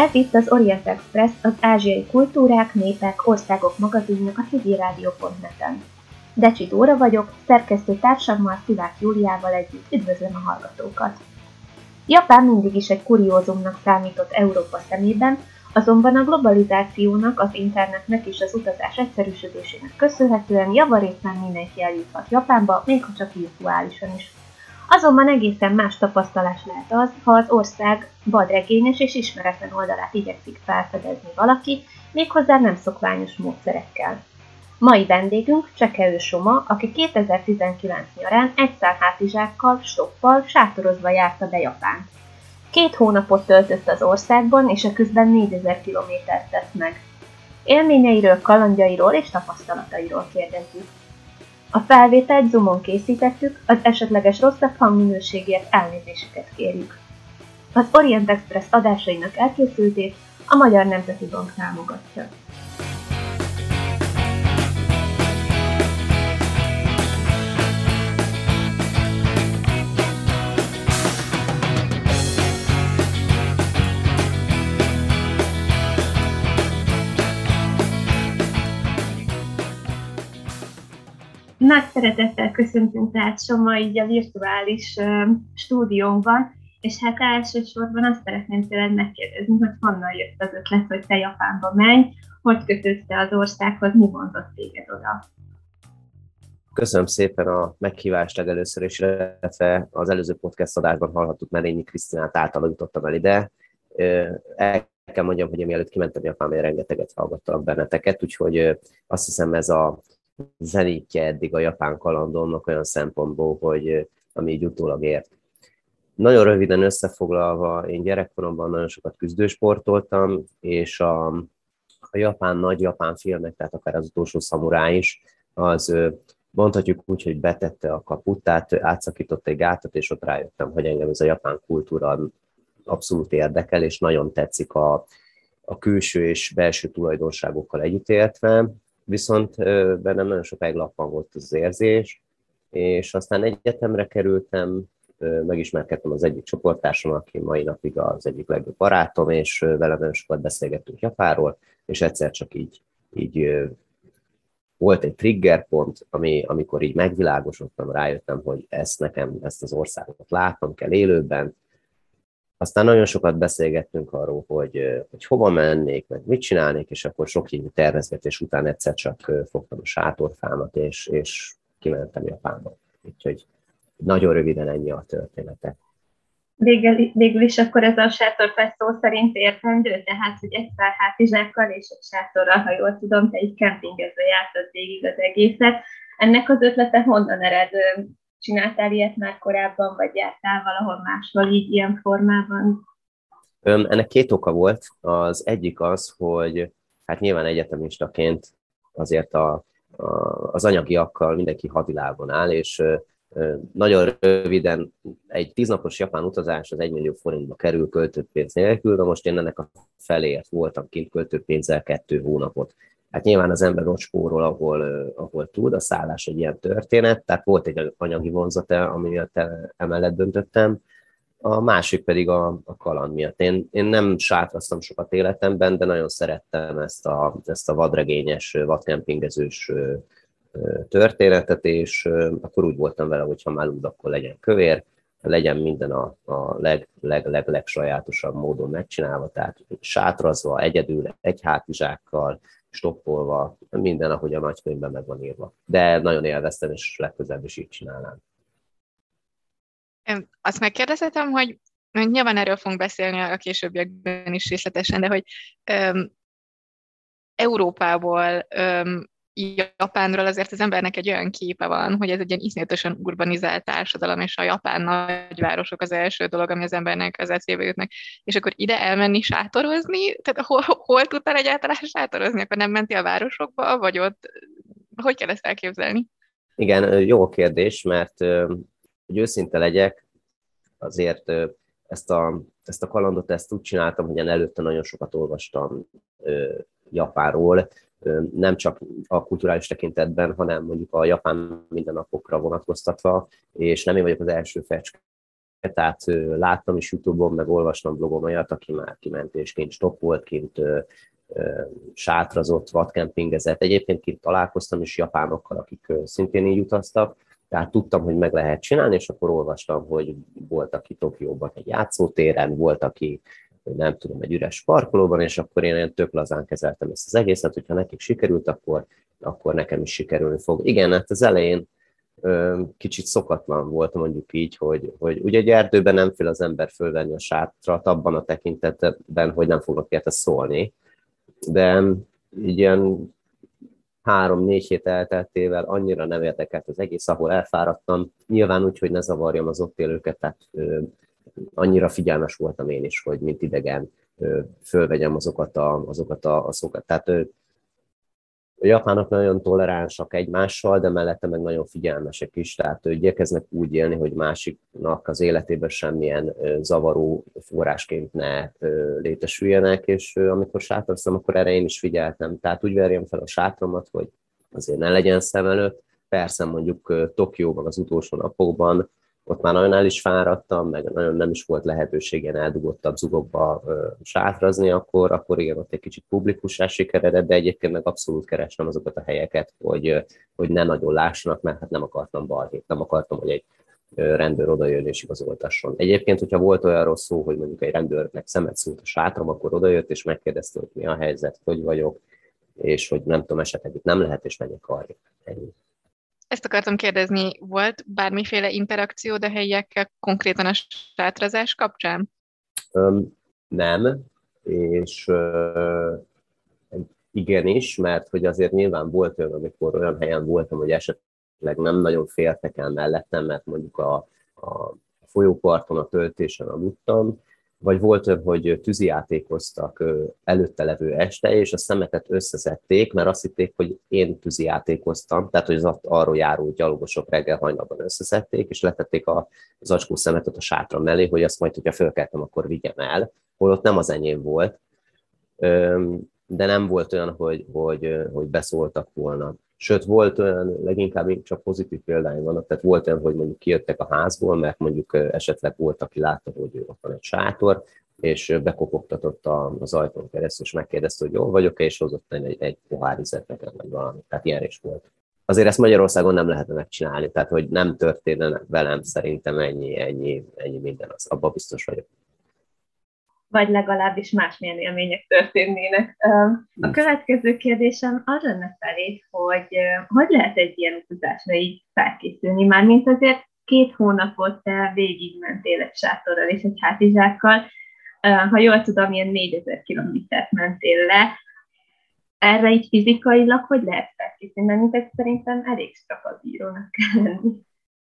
Ez itt az Orient Express, az ázsiai kultúrák, népek, országok magazinja a civilradio.net-en. Decsi Dóra vagyok, szerkesztő társammal Szivák Júliával együtt üdvözlöm a hallgatókat. Japán mindig is egy kuriózumnak számított Európa szemében, azonban a globalizációnak, az internetnek és az utazás egyszerűsödésének köszönhetően javarészen mindenki eljuthat Japánba, még ha csak virtuálisan is. Azonban egészen más tapasztalás lehet az, ha az ország vadregényes és ismeretlen oldalát igyekszik felfedezni valaki, méghozzá nem szokványos módszerekkel. Mai vendégünk Csekeő Soma, aki 2019 nyarán egy szál hátizsákkal, stoppal, sátorozva járta be Japánt. 2 hónapot töltött az országban, és eközben 4000 kilométert tett meg. Élményeiről, kalandjairól és tapasztalatairól kérdezzük. A felvételt Zoomon készítettük, az esetleges rosszabb hangminőségért elnézéseket kérjük. Az Orient Express adásainak elkészültét a Magyar Nemzeti Bank támogatja. Nagy szeretettel köszöntünk tehát Soma így a virtuális stúdiónkban, és hát elsősorban azt szeretném tőled megkérdezni, hogy honnan jött az ötlet, hogy te Japánba menj, hogy kötődsz te az országhoz, mi vonzott téged oda? Köszönöm szépen a meghívást legelőször is, illetve az előző podcast adásban hallhattuk Merényi Krisztinát, általában el ide. El kell mondjam, hogy mielőtt kimentem Japánba, rengeteget hallgattalak benneteket, úgyhogy azt hiszem ez a zenítje eddig a japán kalandomnak olyan szempontból, hogy ami így utólag ért. Nagyon röviden összefoglalva, én gyerekkoromban nagyon sokat küzdősportoltam, és a nagy japán filmek, tehát akár az Utolsó szamuráj is, az mondhatjuk úgy, hogy betette a kaput, tehát átszakított egy gátat, és ott rájöttem, hogy engem ez a japán kultúra abszolút érdekel, és nagyon tetszik a külső és belső tulajdonságokkal együttértve. Viszont bennem nagyon sokáig lappangolt az érzés, és aztán egyetemre kerültem, megismerkedtem az egyik csoporttársam, aki mai napig az egyik legjobb barátom, és vele nagyon sokat beszélgettünk Japánról, és egyszer csak így volt egy triggerpont, amikor így megvilágosodtam, rájöttem, hogy ezt az országot látnom kell élőben. Aztán nagyon sokat beszélgettünk arról, hogy hova mennék, meg mit csinálnék, és akkor sok évű tervezgetés után egyszer csak fogtam a sátorfámat, és kimentem Japánba. Úgyhogy nagyon röviden ennyi a története. Végül is akkor ez a sátorfá szó szerint értendő, tehát, hogy egy szál hátizsákkal és egy sátorral, ha jól tudom, te így kempingezve jártad végig az egészet. Ennek az ötlete honnan ered? Csináltál ilyet már korábban, vagy jártál valahol máshol így ilyen formában? Ennek 2 oka volt. Az egyik az, hogy hát nyilván egyetemistaként azért az anyagiakkal mindenki hadilábon áll, és nagyon röviden egy 10 napos japán utazás az 1 millió forintba kerül költőpénz nélkül, de most én ennek a feléért voltam kint költőpénzzel 2 hónapot. Hát nyilván az ember ott spórol, ahol tud, a szállás egy ilyen történet, tehát volt egy anyagi vonzata, ami miatt emellett döntöttem. A másik pedig a kaland miatt. Én nem sátraztam sokat életemben, de nagyon szerettem ezt a vadregényes, vadkempingezős történetet, és akkor úgy voltam vele, hogy ha már úgy, akkor legyen kövér, legyen minden a legsajátosabb módon megcsinálva, tehát sátrazva, egyedül, egy hátizsákkal, stoppolva, minden, ahogy a nagykönyvben meg van írva. De nagyon élveztem, és legközelebb is így csinálnám. Azt megkérdezhetem, hogy nyilván erről fogunk beszélni a későbbiekben is részletesen, de hogy Európából, Japánról azért az embernek egy olyan képe van, hogy ez egy ilyen iszonyatosan urbanizált társadalom, és a japán nagyvárosok az első dolog, ami az embernek az eszébe jutnak. És akkor ide elmenni sátorozni? Tehát hol tudtál egyáltalán sátorozni? Akkor nem mentél a városokba, vagy ott? Hogy kell ezt elképzelni? Igen, jó kérdés, mert hogy őszinte legyek, azért ezt a kalandot úgy csináltam, hogy én előtte nagyon sokat olvastam Japánról, nem csak a kulturális tekintetben, hanem mondjuk a japán mindennapokra vonatkoztatva, és nem én vagyok az első fecske, tehát láttam is YouTube-on, meg olvastam blogon olyat, aki már kiment és kint stop volt, kint sátrazott, vadkempingezett. Egyébként kint találkoztam is japánokkal, akik szintén így utaztak, tehát tudtam, hogy meg lehet csinálni, és akkor olvastam, hogy volt, aki Tokióban egy játszótéren, volt, aki nem tudom, egy üres parkolóban, és akkor én ilyen tök lazán kezeltem ezt az egészet, hogyha nekik sikerült, akkor nekem is sikerülni fog. Igen, hát az elején kicsit szokatlan volt, mondjuk így, hogy ugye egy erdőben nem fél az ember fölvenni a sátrat abban a tekintetben, hogy nem fognak érte szólni, de így ilyen 3-4 hét elteltével annyira nem érdekelt az egész, ahol elfáradtam, nyilván úgy, hogy ne zavarjam az ott élőket, tehát annyira figyelmes voltam én is, hogy mint idegen fölvegyem azokat a szokat. Tehát a japánok nagyon toleránsak egymással, de mellette meg nagyon figyelmesek is, tehát igyekeznek úgy élni, hogy másiknak az életében semmilyen zavaró forrásként ne létesüljenek, és amikor sátoroztam, akkor erre én is figyeltem. Tehát úgy verjem fel a sátromat, hogy azért ne legyen szem előtt. Persze mondjuk Tokióban az utolsó napokban ott már nagyon el is fáradtam, meg nagyon nem is volt lehetőség ilyen eldugottabb zugokba sátrazni, akkor igen, ott egy kicsit publikussá sikeredett, de egyébként meg abszolút kerestem azokat a helyeket, hogy ne nagyon lássanak, mert hát nem akartam balhét, nem akartam, hogy egy rendőr odajön és igazoltasson. Egyébként, hogyha volt olyanról szó, hogy mondjuk egy rendőrnek szemet szúrt a sátram, akkor odajött és megkérdezte, hogy mi a helyzet, hogy vagyok, és hogy nem tudom, esetleg itt nem lehet, és menjek arra. Ennyi. Ezt akartam kérdezni, volt bármiféle interakció a helyiekkel konkrétan a sátrazás kapcsán? Nem, és igenis, mert hogy azért nyilván volt olyan, amikor olyan helyen voltam, hogy esetleg nem nagyon fértek el mellettem, mert mondjuk a folyóparton a töltésen aludtam, vagy volt olyan, hogy tűzijátékoztak előtte levő este, és a szemetet összeszedték, mert azt hitték, hogy én tűzijátékoztam, tehát hogy az arról járó gyalogosok reggel hajnalban összeszedték, és letették a zacskó szemetet a sátram mellé, hogy azt majd, hogyha fölkeltem, akkor vigyem el, holott nem az enyém volt, de nem volt olyan, hogy beszóltak volna. Sőt, volt olyan, leginkább csak pozitív példány vannak, tehát volt olyan, hogy mondjuk kijöttek a házból, mert mondjuk esetleg volt, aki látta, hogy ott van egy sátor, és bekopogtatott az ajtón keresztül, és megkérdezte, hogy jól vagyok-e, és hozott egy pohár vizet nekem, vagy valami. Tehát ilyen is volt. Azért ezt Magyarországon nem lehetne megcsinálni, tehát hogy nem történne velem szerintem ennyi minden, az abban biztos vagyok. Vagy legalábbis másmilyen élmények történnének. A következő kérdésem az lenne felé, hogy lehet egy ilyen utazásra így felkészülni, mármint azért 2 hónapot te végigmentél egy sátorral és egy hátizsákkal, ha jól tudom, ilyen 4000 kilométert mentél le. Erre így fizikailag hogy lehet felkészülni? Mint ez szerintem elég strapazírónak kell lenni.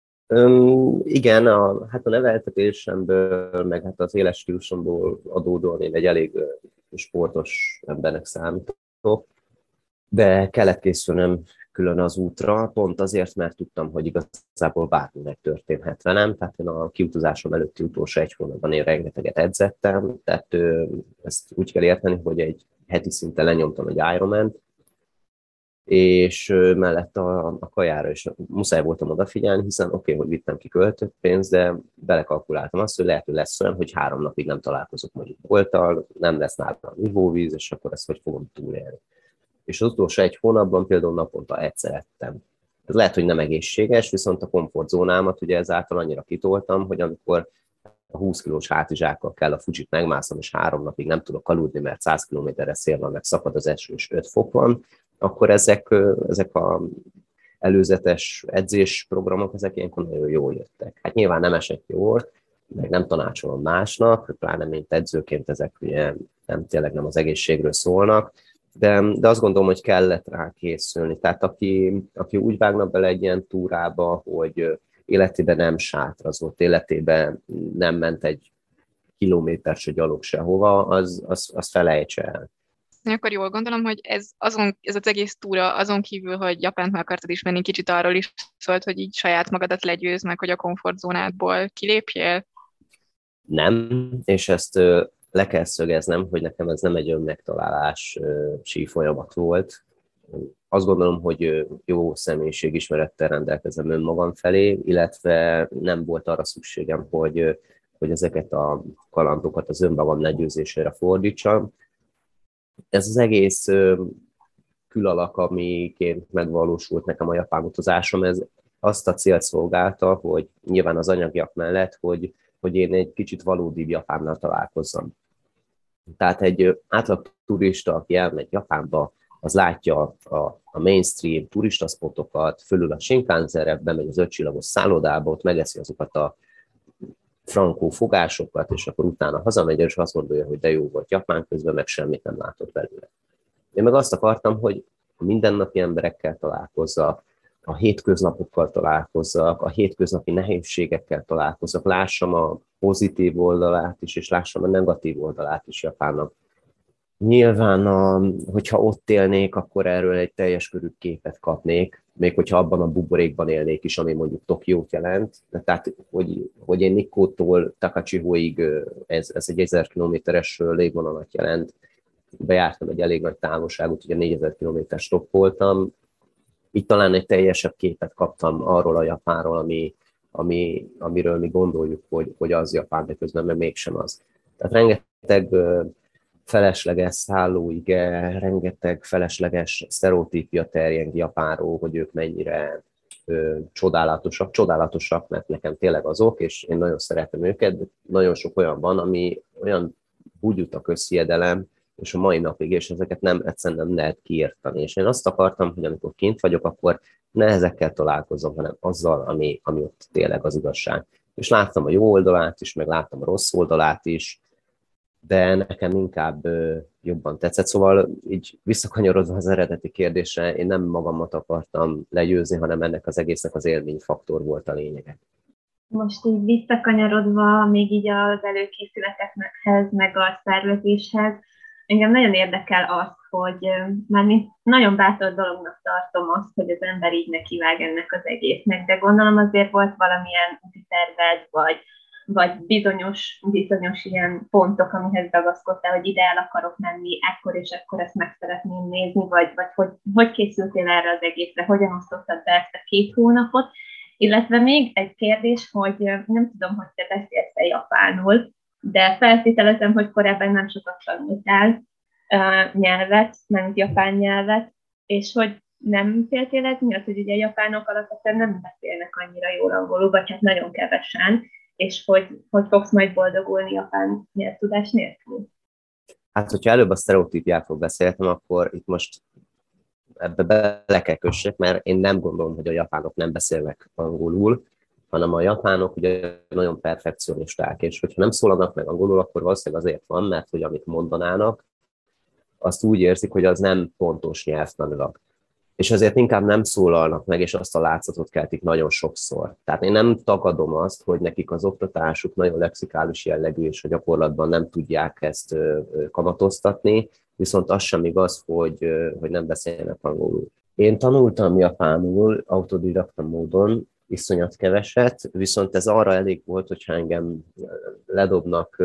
Igen, hát a neveltetésemből, meg hát az éles stílusomból adódóan én egy elég sportos embernek számítok, de kellett készülnöm külön az útra, pont azért, mert tudtam, hogy igazából bármi megtörténhet velem, tehát én a kiutazásom előtti utolsó 1 hónapban én rengeteget edzettem, tehát ezt úgy kell érteni, hogy egy heti szinten lenyomtam egy Ironman-t, és mellett a kajára is muszáj voltam odafigyelni, hiszen oké, hogy vittem ki költőpénzt, de belekalkuláltam azt, hogy lehet, hogy lesz olyan, hogy 3 napig nem találkozok mondjuk bolttal, nem lesz nálam ivóvíz, és akkor ezt hogy fogom túlélni. És az utolsó 1 hónapban például naponta egyszer ettem. Ez lehet, hogy nem egészséges, viszont a komfortzónámat ugye ezáltal annyira kitoltam, hogy amikor a 20 kilós hátizsákkal kell a Fujit megmászom, és 3 napig nem tudok aludni, mert 100 kilométerre szél van, meg szakad az eső, és 5 fok van, akkor ezek a előzetes edzésprogramok, ezek ilyenkor nagyon jól jöttek. Hát nyilván nem esett jól, meg nem tanácsolom másnak, pláne mint edzőként ezek ugye tényleg nem az egészségről szólnak, de azt gondolom, hogy kellett rá készülni. Tehát aki úgy vágna bele egy ilyen túrába, hogy életében nem sátrazott, életében nem ment egy kilométer se gyalog sehova, az felejtse el. Akkor jól gondolom, hogy ez az egész túra azon kívül, hogy Japánt meg akartad ismerni, kicsit arról is szólt, hogy így saját magadat legyőzd meg, hogy a komfortzónádból kilépjél? Nem, és ezt le kell szögeznem, hogy nekem ez nem egy önmegtalálási folyamat volt. Azt gondolom, hogy jó személyiségismerettel rendelkezem önmagam felé, illetve nem volt arra szükségem, hogy ezeket a kalandokat az önmagam legyőzésére fordítsam. Ez az egész külalak, amiként megvalósult nekem a japán utazásom, ez azt a célt szolgálta, hogy nyilván az anyagiak mellett, hogy én egy kicsit valódi Japánnal találkozzam. Tehát egy átlag turista, aki elmegy Japánba, az látja a mainstream turistaszpotokat, fölül a Shinkansenre, bemegy az 5 csillagos szállodába, ott megeszi azokat a frankó fogásokat, és akkor utána hazamegy, és azt gondolja, hogy de jó volt Japán, közben meg semmit nem látott belőle. Én meg azt akartam, hogy a mindennapi emberekkel találkozzak, a hétköznapokkal találkozzak, a hétköznapi nehézségekkel találkozzak, lássam a pozitív oldalát is, és lássam a negatív oldalát is Japánnak. Nyilván, hogyha ott élnék, akkor erről egy teljes körű képet kapnék, még hogyha abban a buborékban élnék is, ami mondjuk Tokiót jelent. Tehát, hogy én Nikkótól Takachihóig, ez egy 1000 kilométeres légvonalat jelent, bejártam egy elég nagy távolságot, ugye 4000 kilométer stoppoltam, így talán egy teljesebb képet kaptam arról a Japánról, amiről mi gondoljuk, hogy az Japán, de közben meg mégsem az. Tehát rengeteg felesleges szállóige, rengeteg felesleges sztereotípia terjeng Japánról, hogy ők mennyire csodálatosak, mert nekem tényleg azok, és én nagyon szeretem őket, de nagyon sok olyan van, ami olyan búgyút a közhiedelem, és a mai napig, és ezeket egyszerűen nem lehet kiírtani. És én azt akartam, hogy amikor kint vagyok, akkor ne ezekkel találkozom, hanem azzal, ami ott tényleg az igazság. És láttam a jó oldalát is, meg láttam a rossz oldalát is, de nekem inkább jobban tetszett. Szóval így visszakanyarodva az eredeti kérdésre, én nem magamat akartam legyőzni, hanem ennek az egésznek az élményfaktor volt a lényege. Most így visszakanyarodva még így az előkészületekhez, meg a szervezéshez, engem nagyon érdekel az, hogy mármint nagyon bátor dolognak tartom azt, hogy az ember így nekivág ennek az egésznek, de gondolom azért volt valamilyen úti terved, vagy bizonyos ilyen pontok, amihez ragaszkodtál, hogy ide el akarok menni, ekkor és ekkor ezt meg szeretném nézni, vagy hogy készültél erre az egészre, hogyan osztottad be ezt a 2 hónapot, illetve még egy kérdés, hogy nem tudom, hogy te beszélsz-e japánul, de feltételezem, hogy korábban nem sokat tanultál nyelvet, nem japán nyelvet, és hogy nem féltél ez miatt, hogy ugye japánok alapvetően nem beszélnek annyira jól angolul, vagy hát nagyon kevesen, és hogy fogsz majd boldogulni japán nyelvtudás nélkül? Hát, hogyha előbb a sztereotípiákról beszéltem, akkor itt most ebbe bele kell kössek, mert én nem gondolom, hogy a japánok nem beszélnek angolul, hanem a japánok ugye nagyon perfekcionisták, és hogyha nem szólalnak meg angolul, akkor valószínűleg azért van, mert hogy amit mondanának, azt úgy érzik, hogy az nem pontos nyelvtanilag. És ezért inkább nem szólalnak meg, és azt a látszatot keltik nagyon sokszor. Tehát én nem tagadom azt, hogy nekik az oktatásuk nagyon lexikális jellegű, és a gyakorlatban nem tudják ezt kamatoztatni, viszont az sem igaz, hogy nem beszélnek angolul. Én tanultam japánul autodidakta módon, iszonyat keveset, viszont ez arra elég volt, hogyha engem ledobnak,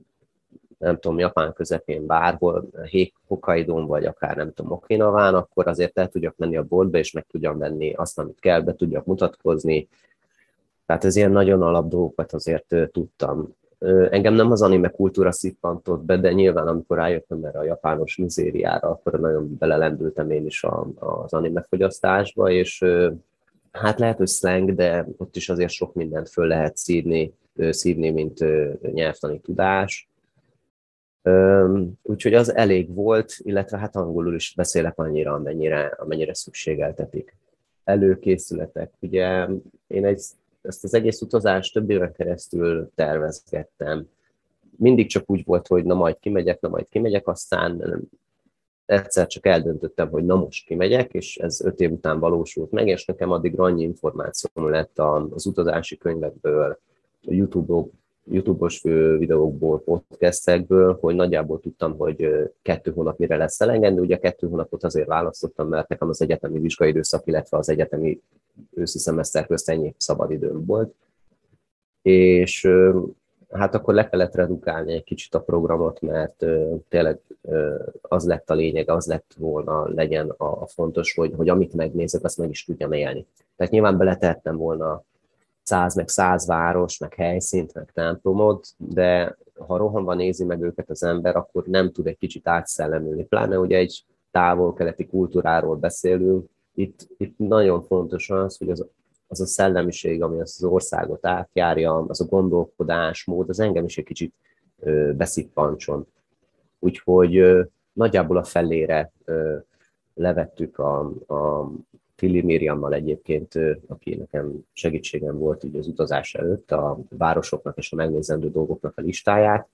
nem tudom, Japán közepén bárhol, Hokkaidón, vagy akár nem tudom, Okinawán, akkor azért el tudjak menni a boltba, és meg tudjam venni azt, amit kell, be tudjak mutatkozni. Tehát ez ilyen nagyon alap dolgokat azért tudtam. Engem nem az anime kultúra szippantott be, de nyilván amikor rájöttem erre a japános mizériára, akkor nagyon belelendültem én is az anime fogyasztásba, és hát lehet, hogy slang, de ott is azért sok mindent föl lehet szívni, mint nyelvtani tudás. Úgyhogy az elég volt, illetve hát angolul is beszélek annyira, amennyire szükségeltetik. Előkészületek. Ugye én ezt az egész utazást több éven keresztül tervezgettem. Mindig csak úgy volt, hogy na majd kimegyek, aztán egyszer csak eldöntöttem, hogy na most kimegyek, és ez 5 év után valósult meg, és nekem addigra annyi információm lett az utazási könyvekből, a YouTube-os videókból, podcastekből, hogy nagyjából tudtam, hogy 2 hónap mire lesz elegendő. Ugye 2 hónapot azért választottam, mert nekem az egyetemi vizsgaidőszak, illetve az egyetemi őszi szemeszter közt ennyi szabadidőm volt. És hát akkor le kellett redukálni egy kicsit a programot, mert tényleg az lett a lényeg, az lett volna legyen a fontos, hogy amit megnézek, azt meg is tudjam élni. Tehát nyilván beletettem volna 100 meg 100 város, meg helyszínt, meg templomot, de ha rohanva nézi meg őket az ember, akkor nem tud egy kicsit átszellemülni. Pláne ugye egy távol-keleti kultúráról beszélünk, itt nagyon fontos az, hogy az a szellemiség, ami az országot átjárja, az a gondolkodásmód, az engem is egy kicsit beszippancson. Úgyhogy nagyjából a felére levettük a Fili Miriammal egyébként, aki nekem segítségem volt így az utazás előtt, a városoknak és a megnézendő dolgoknak a listáját.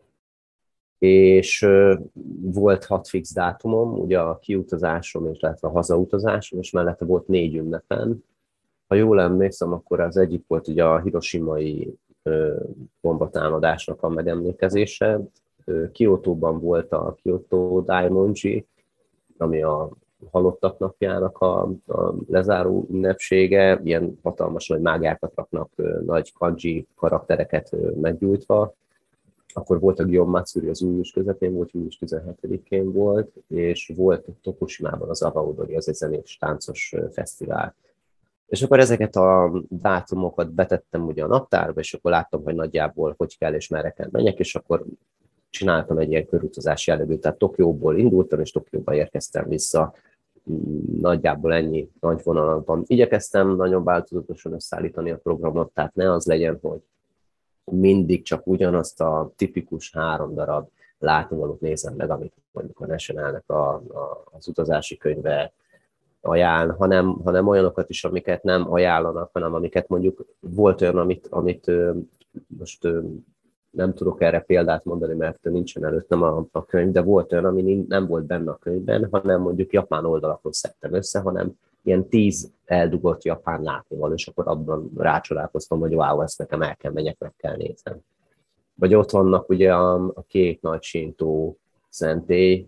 És volt 6 fix dátumom, ugye a kiutazásom, illetve a hazautazásom, és mellette volt 4 ünnepen. Ha jól emlékszem, akkor az egyik volt ugye a hiroshimai bombatámadásnak a megemlékezése. Kiotóban volt a Kyoto Daimonji, ami a halottak napjának a lezáró ünnepsége, ilyen hatalmas nagy mágákat raknak, nagy kanji karaktereket meggyújtva. Akkor volt a Gion Matsuri, az július közepén volt, július 17-én volt, és volt Tokushimában az Awaodori, az egy zenés táncos fesztivál. És akkor ezeket a dátumokat betettem ugye a naptárba, és akkor láttam, hogy nagyjából hogy kell és merre kell menjek, és akkor csináltam egy ilyen körutazás jellegű, tehát Tokióból indultam, és Tokióba érkeztem vissza. Nagyjából ennyi nagy vonalakban. Igyekeztem nagyon változatosan összeállítani a programot, tehát ne az legyen, hogy mindig csak ugyanazt a tipikus 3 darab látnivalót nézem meg, amit mondjuk a Nationalnek az utazási könyve ajánl, hanem olyanokat is, amiket nem ajánlanak, hanem amiket mondjuk volt olyan, amit most nem tudok erre példát mondani, mert nincsen előttem a könyv, de volt olyan, ami nem volt benne a könyvben, hanem mondjuk japán oldalakon szedtem össze, hanem ilyen 10 eldugott japán látnivaló, és akkor abban rácsodálkoztam, hogy wow, ezt nekem el kell menjek, meg kell néznem. Vagy ott vannak ugye a 2 nagy sintó szentély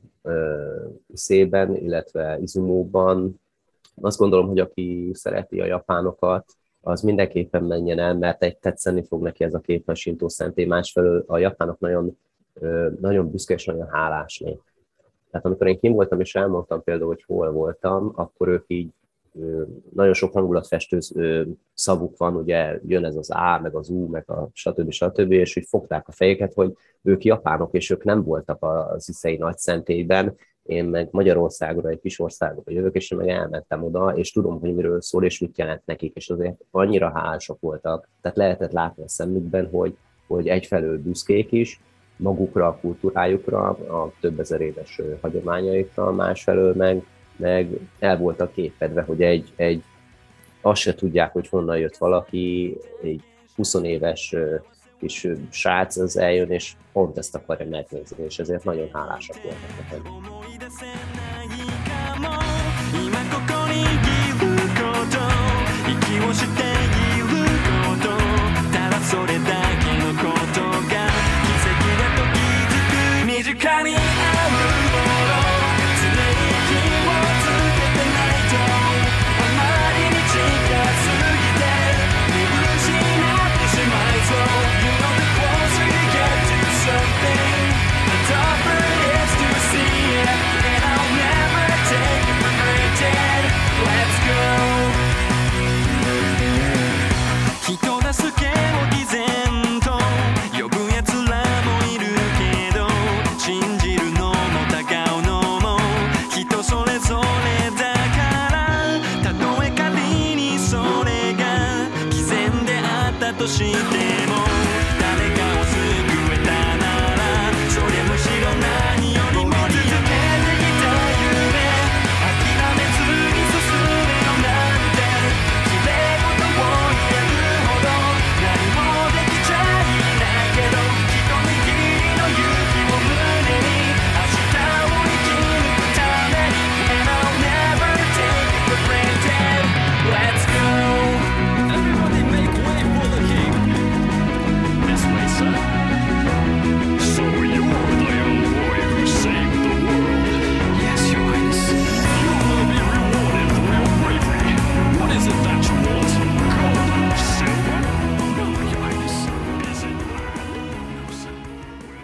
Szében, illetve Izumóban. Azt gondolom, hogy aki szereti a japánokat, az mindenképpen menjen el, mert tetszeni fog neki ez a 2 nagy sintó szentély. Másfelől a japánok nagyon, nagyon büszke és nagyon hálás nép. Tehát amikor én kint voltam és elmondtam például, hogy hol voltam, akkor ők így nagyon sok hangulatfestő szavuk van, ugye jön ez az A, meg az U, meg a stb. És úgy fogták a fejeket, hogy ők japánok, és ők nem voltak az iszei nagy szentélyben. Én meg Magyarországra, egy kis országba jövök, és én meg elmentem oda, és tudom, hogy miről szól, és mit jelent nekik, és azért annyira hálásak voltak. Tehát lehetett látni a szemükben, hogy egyfelől büszkék is, magukra, a kultúrájukra, a több ezer éves hagyományaikra, másfelől meg el voltak képedve, hogy azt se tudják, hogy honnan jött valaki, egy 20 éves kis srác az eljön, és pont ezt akarja megnézni, és ezért nagyon hálásak voltak nekem.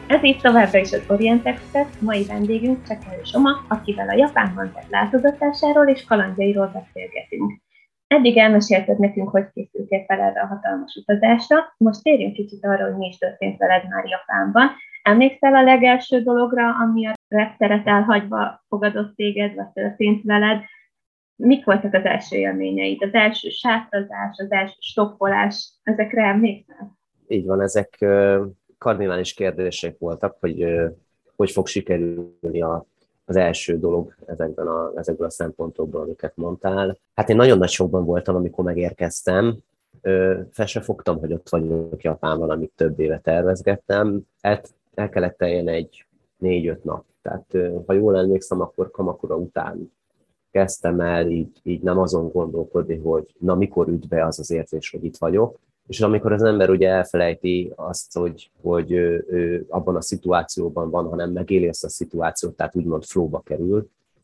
Ez itt továbbra is az Orient Express, mai vendégünk Csekelő Zsoma, akivel a Japánban tett látogatásáról és kalandjairól beszélgetünk. Eddig elmesélted nekünk, hogy készültél fel erre a hatalmas utazásra, most térjünk kicsit arra, hogy mi is történt veled már Japánban. Emlékszel a legelső dologra, ami a repteret elhagyva fogadott téged, vagy történt veled? Mik voltak az első élményeid? Az első sátrazás, az első stoppolás, ezekre emlékszel? Így van, ezek kardinális kérdések voltak, hogy fog sikerülni az első dolog ezekből a szempontokból, amiket mondtál. Hát én nagyon nagy sokban voltam, amikor megérkeztem. Fel sem fogtam, hogy ott vagyok Japánban, amit több éve tervezgettem. El kellett teljen egy 4-5 nap. Tehát ha jól emlékszem, akkor Kamakura után kezdtem el így nem azon gondolkodni, hogy na mikor üt be az az érzés, hogy itt vagyok. És amikor az ember ugye elfelejti azt, hogy ő abban a szituációban van, hanem megéli ezt a szituációt, tehát úgymond flowba kerül,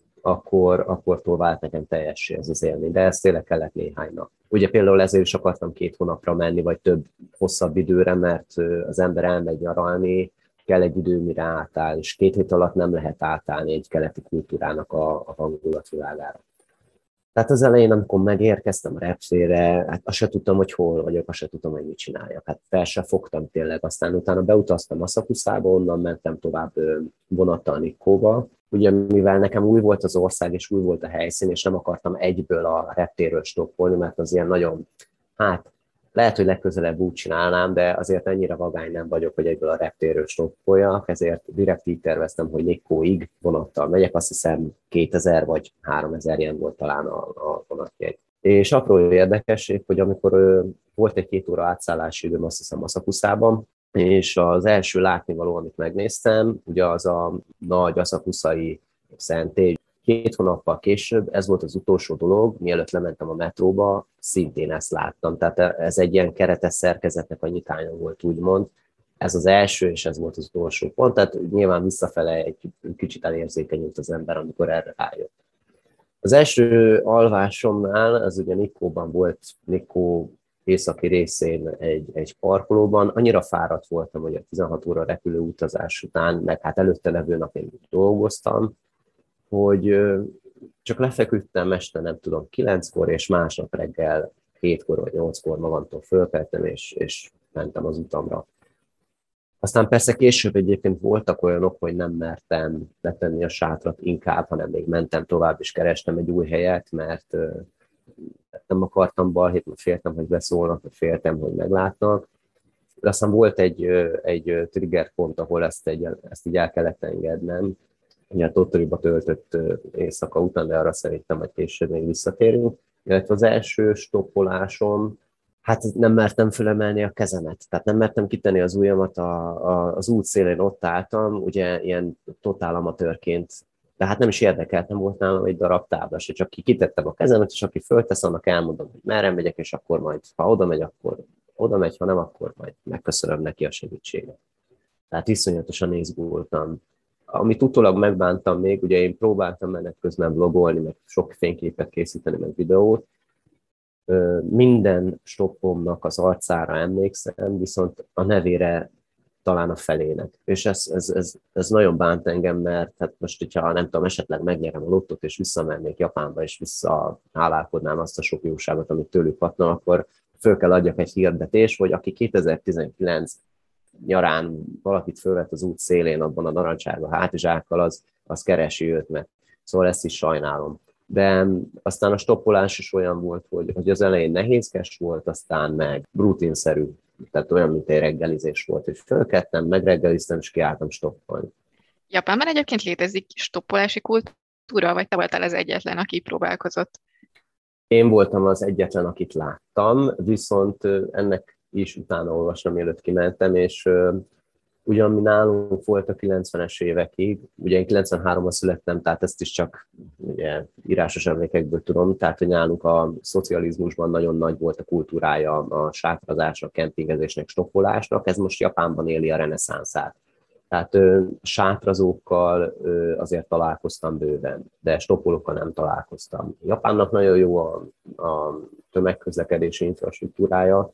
akkortól vált nekem teljessé ez az élmény. De ez tényleg kellett néhány nap. Ugye például ezért is akartam 2 hónapra menni, vagy több hosszabb időre, mert az ember elmegy nyaralni, kell egy idő, mire átáll, és 2 hét alatt nem lehet átállni egy keleti kultúrának a hangulatvilágára. Tehát az elején, amikor megérkeztem a reptérre, hát azt se tudtam, hogy hol vagyok, azt se tudtam, hogy mit csináljak. Hát fel se fogtam tényleg. Aztán utána beutaztam Asakusába, onnan mentem tovább vonattal Nikkóba. Ugye mivel nekem új volt az ország, és új volt a helyszín, és nem akartam egyből a reptérről stoppolni, mert az ilyen nagyon, lehet, hogy legközelebb úgy csinálnám, de azért ennyire vagány nem vagyok, hogy egyből a reptérről stoppoljak, ezért direkt így terveztem, hogy Nikkóig vonattal megyek, azt hiszem 2000 vagy 3000 yen volt talán a vonatjegy. És apró érdekesség, hogy amikor volt egy 2 óra átszállási időm, azt hiszem Asakusában, és az első látnivaló, amit megnéztem, ugye az a nagy asakusai szentély. 2 hónappal később, ez volt az utolsó dolog, mielőtt lementem a metróba, szintén ezt láttam. Tehát ez egy ilyen keretes szerkezetnek a nyitánya volt, úgymond. Ez az első, és ez volt az utolsó pont. Tehát nyilván visszafele egy kicsit elérzékenyült az ember, amikor erre rájött. Az első alvásomnál, ez ugye Nikkóban volt, Nikkó északi részén egy parkolóban. Annyira fáradt voltam, hogy a 16 óra repülő utazás után, meg hát előtte levő nap én dolgoztam, hogy csak lefeküdtem este, nem tudom, 9-kor, és másnap reggel 7-kor vagy 8-kor magamtól fölkeltem, és mentem az utamra. Aztán persze később egyébként voltak olyanok, hogy nem mertem letenni a sátrat inkább, hanem még mentem tovább, és kerestem egy új helyet, mert nem akartam balhét, mert féltem, hogy beszólnak, vagy féltem, hogy meglátnak. De aztán volt egy trigger pont, ahol ezt így el kellett engednem. Ugye Tottoriba töltött éjszaka után, de arra szerintem, hogy később még visszatérünk. Illetve az első stoppolásom, hát nem mertem fölemelni a kezemet, tehát nem mertem kitenni az ujjamat az út szélén, ott álltam, ugye ilyen totál amatőrként, de hát nem is érdekelt, nem volt nálam egy darab tábla, se csak kitettem a kezemet, és aki föltesz, annak elmondom, hogy merre megyek, és akkor majd, ha oda megy, akkor oda megy, ha nem, akkor majd megköszönöm neki a segítséget. Tehát iszonyatosan izgultam. Amit utólag megbántam még, ugye én próbáltam menet közben vlogolni, meg sok fényképet készíteni, meg videót. Minden stoppomnak az arcára emlékszem, viszont a nevére talán a felének. És ez nagyon bánt engem, mert hát most, hogyha nem tudom, esetleg megnyerem a lottót, és visszamennék Japánba, és visszahálálkodnám azt a sok jóságot, amit tőlük kapnak, akkor föl kell adjak egy hirdetést, hogy aki 2019 nyarán valakit fölvett az út szélén abban a narancsárga hátizsákkal, az keresi őt meg. Szóval ezt is sajnálom. De aztán a stoppolás is olyan volt, hogy az elején nehézkes volt, aztán meg rutinszerű, tehát olyan, mint egy reggelizés volt, hogy fölkeltem, megreggeliztem, és kiálltam stoppolni. Japánban egyébként létezik stoppolási kultúra, vagy te voltál az egyetlen, aki próbálkozott? Én voltam az egyetlen, akit láttam, viszont ennek is utána olvastam, mielőtt kimentem, és ugyan mi nálunk volt a 90-es évekig, ugye én 93-ban születtem, tehát ezt is csak ugye, írásos emlékekből tudom, tehát hogy nálunk a szocializmusban nagyon nagy volt a kultúrája a sátrazásnak, kempingezésnek, stoppolásnak, ez most Japánban éli a reneszánszát. Tehát sátrazókkal azért találkoztam bőven, de stoppolókkal nem találkoztam. Japánnak nagyon jó a tömegközlekedési infrastruktúrája,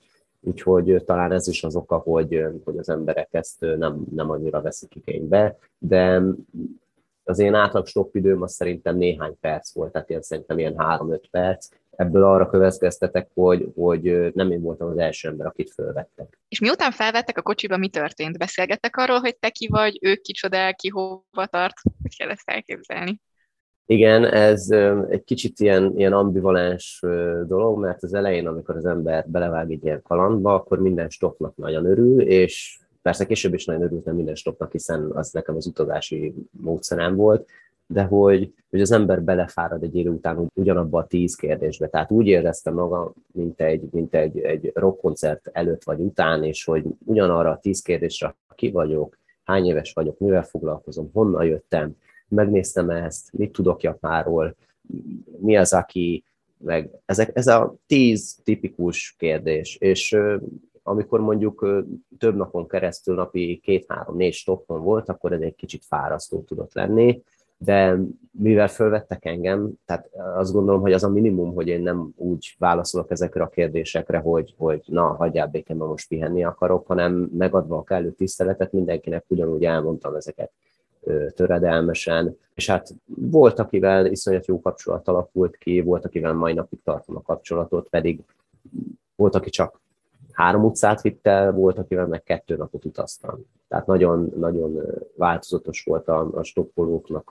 Úgyhogy talán ez is az oka, hogy az emberek ezt nem annyira veszik igénybe, de az én átlag stoppidőm az szerintem néhány perc volt, tehát én szerintem ilyen 3-5 perc. Ebből arra következtetek, hogy nem én voltam az első ember, akit fölvettek. És miután felvettek a kocsiba, mi történt? Beszélgettek arról, hogy te ki vagy, ők kicsoda, ki hova tart? Hogy kell ezt elképzelni? Igen, ez egy kicsit ilyen ambivalens dolog, mert az elején, amikor az ember belevág egy ilyen kalandba, akkor minden stoppnak nagyon örül, és persze később is nagyon örültem minden stoppnak, hiszen az nekem az utazási módszerem volt, de hogy az ember belefárad egy idő után ugyanabba a 10 kérdésbe. Tehát úgy éreztem magam, mint egy rockkoncert előtt vagy után, és hogy ugyanarra a 10 kérdésre ki vagyok, hány éves vagyok, mivel foglalkozom, honnan jöttem, megnéztem ezt, mit tudok Japánról, mi az, aki, meg ez a 10 tipikus kérdés, és amikor mondjuk több napon keresztül napi 2-3-4 stoppon volt, akkor ez egy kicsit fárasztó tudott lenni, de mivel fölvettek engem, tehát azt gondolom, hogy az a minimum, hogy én nem úgy válaszolok ezekre a kérdésekre, hogy na, hagyjál békén, most pihenni akarok, hanem megadva a kellő tiszteletet, mindenkinek ugyanúgy elmondtam ezeket töredelmesen, és hát volt, akivel iszonyat jó kapcsolat alakult ki, volt, akivel mai napig tartom a kapcsolatot, pedig volt, aki csak 3 utcát vitt el, volt, akivel meg 2 napot utaztam. Tehát nagyon, nagyon változatos volt a stoppolóknak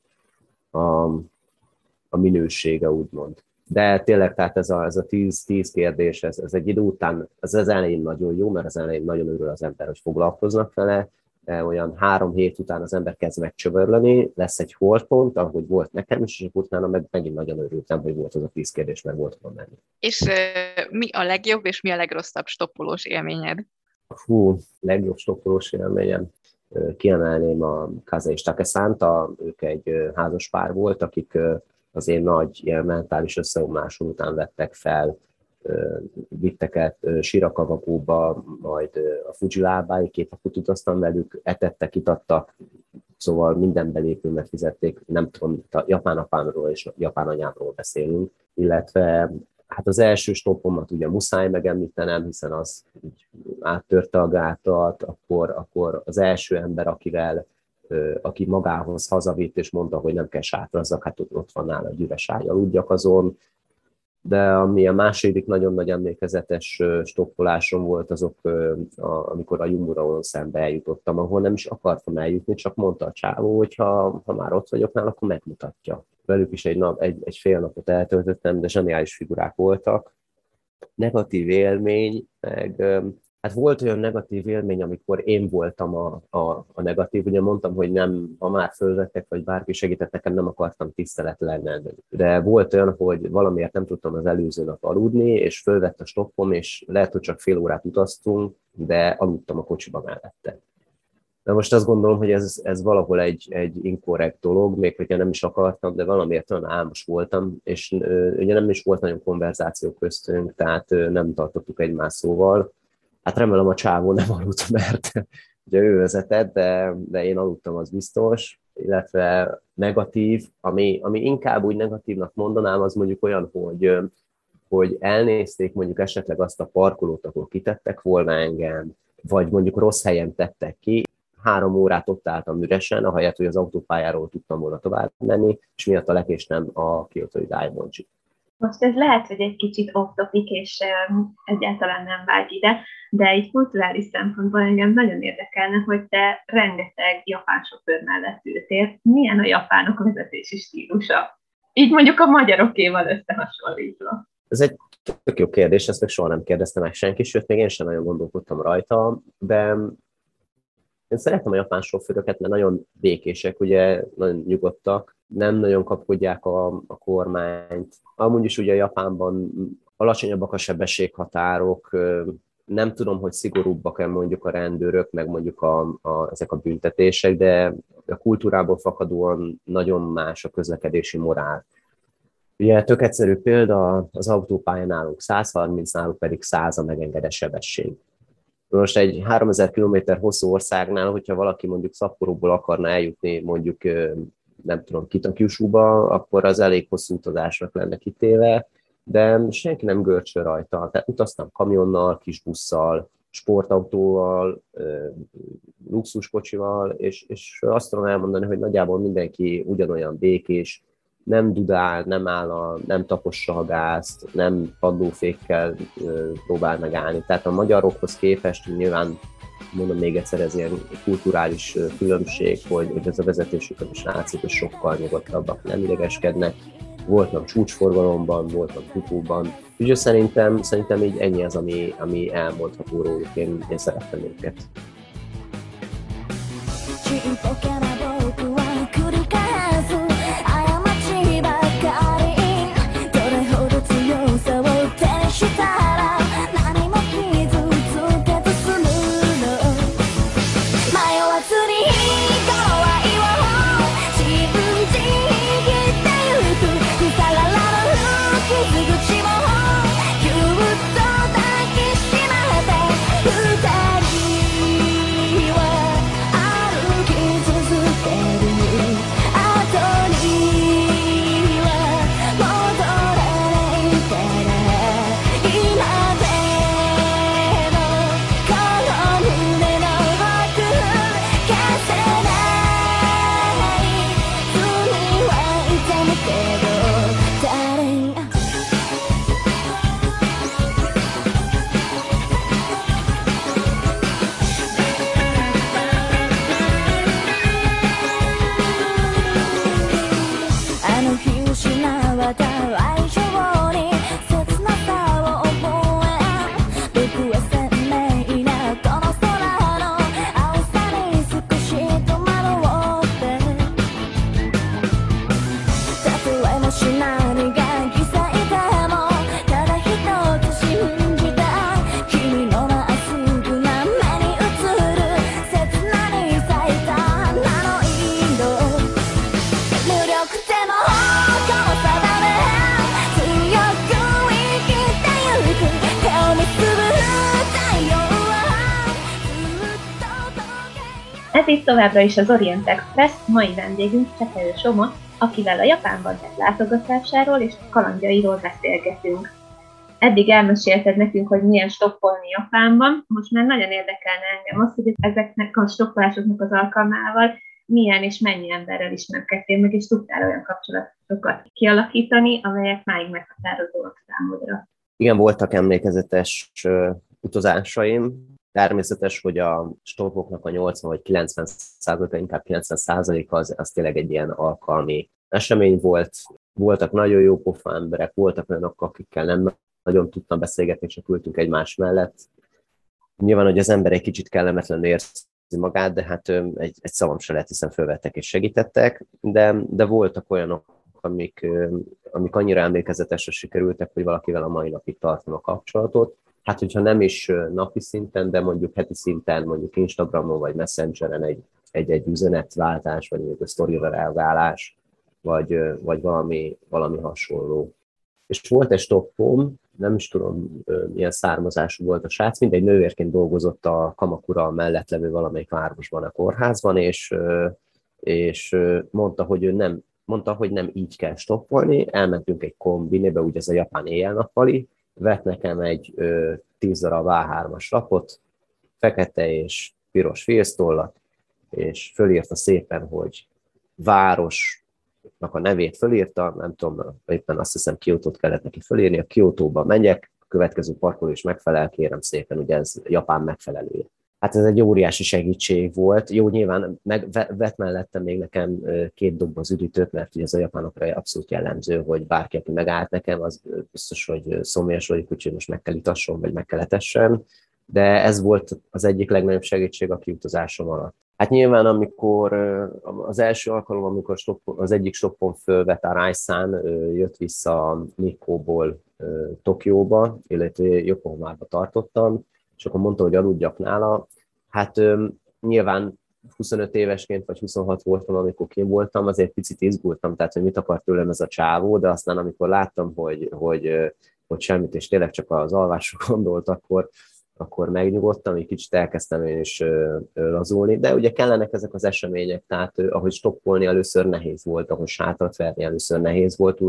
a minősége, úgymond. De tényleg, tehát ez a 10 kérdés, ez egy idő után, az elején nagyon jó, mert az elején nagyon örül az ember, hogy foglalkoznak vele, de olyan 3 hét után az ember kezd megcsöbörleni, lesz egy holdpont, ahogy volt nekem is, és utána megint nagyon örültem, hogy volt az a 10 kérdés, mert volt hova menni. És mi a legjobb és mi a legrosszabb stoppolós élményed? Legjobb stoppolós élményem. Kiemelném a Kaze és Takeszánt, ők egy házas pár volt, akik az én nagy ilyen mentális összeomlásom után vettek fel, vittek el Shirakawakóba, majd a Fuji lábáig 2 napot utaztam velük, etettek, itattak, szóval minden belépőmet fizették, nem tudom, a japán apámról és japán anyámról beszélünk, illetve hát az első stoppomat ugye muszáj megemlítenem, hiszen az így áttörte a gátat, akkor az első ember, aki magához hazavitt és mondta, hogy nem kell sátrazzak, hát ott van nála egy üres ágy, aludjak azon. De ami a második nagyon nagy emlékezetes stoppolásom volt, azok, amikor a Yumura szembe eljutottam, ahol nem is akartam eljutni, csak mondta a csávó, hogy ha már ott vagyok nála, akkor megmutatja. Velük is egy fél napot eltöltöttem, de zseniális figurák voltak. Negatív élmény, meg hát volt olyan negatív élmény, amikor én voltam a negatív. Ugye mondtam, hogy nem, ha már fölvettek, vagy bárki segített nekem, nem akartam tiszteletlen lenni. De volt olyan, hogy valamiért nem tudtam az előző nap aludni, és fölvett a stoppom, és lehet, hogy csak fél órát utaztunk, de aludtam a kocsiba mellette. De most azt gondolom, hogy ez valahol egy inkorrekt dolog, még hogyha nem is akartam, de valamiért olyan álmos voltam, és ugye nem is volt nagyon konverzáció köztünk, tehát nem tartottuk egymás szóval. Hát remélem a csávó nem aludt, mert ugye ő vezetett, de én aludtam, az biztos, illetve negatív, ami inkább úgy negatívnak mondanám, az mondjuk olyan, hogy elnézték mondjuk esetleg azt a parkolót, ahol kitettek volna engem, vagy mondjuk rossz helyen tettek ki. 3 órát ott álltam üresen, ahelyett, hogy az autópályáról tudtam volna tovább menni, és miatt a lekéstem a Kyoto-i Daimonji. Most ez lehet, hogy egy kicsit off-topic, és egyáltalán nem vágy ide, de így kulturális szempontból engem nagyon érdekelne, hogy te rengeteg japán sofőr mellett ültél. Milyen a japánok vezetési stílusa? Így mondjuk a magyarokéval összehasonlítva. Ez egy tök jó kérdés, ezt még soha nem kérdeztem meg senki, sőt, még én sem nagyon gondolkodtam rajta, de én szeretem a japán sofőröket, mert nagyon békések, ugye, nagyon nyugodtak, nem nagyon kapkodják a kormányt. Amúgy is ugye Japánban alacsonyabbak a sebességhatárok, nem tudom, hogy szigorúbbak-e mondjuk a rendőrök, meg mondjuk ezek a büntetések, de a kultúrából fakadóan nagyon más a közlekedési morál. Ugye tök egyszerű példa, az autópályán nálunk 130, náluk pedig 100 a megengedett sebesség. Most egy 3000 km hosszú országnál, hogyha valaki mondjuk Szapporóból akarna eljutni mondjuk, nem tudom, Kitakyusúba, akkor az elég hosszú utazásnak lenne kitéve. de senki nem görcsöl rajta. Tehát utaztam kamionnal, kis busszal, sportautóval, luxuskocsival, és azt tudom elmondani, hogy nagyjából mindenki ugyanolyan békés, nem dudál, nem tapossa a gázt, nem padlófékkel próbál megállni. Tehát a magyarokhoz képest nyilván, mondom még egyszer, ez ilyen kulturális különbség, hogy ez a vezetésükön is látszik, hogy sokkal nyugodtabbak, nem idegeskednek. Voltam csúcsforgalomban, voltam futóban, úgyhogy szerintem így ennyi az, ami elmondható róluk, én szerettem őket. Ez itt továbbra is az Orient Express, mai vendégünk Csekelő Somot, akivel a Japánban tett látogatásáról és kalandjairól beszélgetünk. Eddig elmesélted nekünk, hogy milyen stoppolni Japánban, most már nagyon érdekelne engem az, hogy ezeknek a stoppolásoknak az alkalmával milyen és mennyi emberrel ismerkedtél meg, és tudtál olyan kapcsolatokat kialakítani, amelyek máig meghatározóak számodra. Igen, voltak emlékezetes utazásaim. Természetes, hogy a stoppoknak a 80 vagy 90%-a, inkább 90%-a az tényleg egy ilyen alkalmi esemény volt. Voltak nagyon jó pofa emberek, voltak olyanok, akikkel nem nagyon tudtam beszélgetni, csak ültünk egymás mellett. Nyilván, hogy az ember egy kicsit kellemetlenül érzi magát, de hát egy szavam se lehet, hiszen fölvettek és segítettek, de voltak olyanok, amik annyira emlékezetesre sikerültek, hogy valakivel a mai napig tartom a kapcsolatot. Hát, hogyha nem is napi szinten, de mondjuk heti szinten, mondjuk Instagramon vagy Messengeren egy üzenetváltás, vagy mondjuk a sztorira reagálás, vagy valami hasonló. És volt egy stoppom, nem is tudom, milyen származású volt a srác, mindegy nővérként dolgozott a Kamakura mellett levő valamelyik városban, a kórházban, és mondta, hogy nem így kell stoppolni. Elmentünk egy kombinébe, ugye ez a japán éjjel-nappali, vett nekem egy 10 darab A3-as lapot, fekete és piros félsztollat, és fölírta szépen, hogy városnak a nevét fölírta, nem tudom, éppen azt hiszem Kiotót kellett neki fölírni, a Kiotóba megyek, a következő parkoló is megfelel, kérem szépen, ugye ez Japán megfelelője. Hát ez egy óriási segítség volt. Jó, nyilván vett mellettem még nekem 2 doboz üdítőt, mert ugye ez a japánokra abszolút jellemző, hogy bárki, aki megállt nekem, az biztos, hogy szomjas vagyok, úgyhogy most meg kell itasson, vagy meg kell etessen. De ez volt az egyik legnagyobb segítség a kiutazásom alatt. Hát nyilván, amikor az első alkalom, amikor az egyik stoppon fölvett a Rai-san, jött vissza Nikkóból Tokióba, illetve Yokohamába tartottam, és akkor mondta, hogy aludjak nála. Hát nyilván 25 évesként, vagy 26 voltam, amikor kint voltam, azért picit izgultam, tehát hogy mit akart tőlem ez a csávó, de aztán amikor láttam, hogy semmit, és tényleg csak az alvásra gondolt, akkor megnyugodtam, egy kicsit elkezdtem én is lazulni, de ugye kellenek ezek az események, tehát ahogy stoppolni először nehéz volt, ahogy sátrat verni először nehéz volt, úgy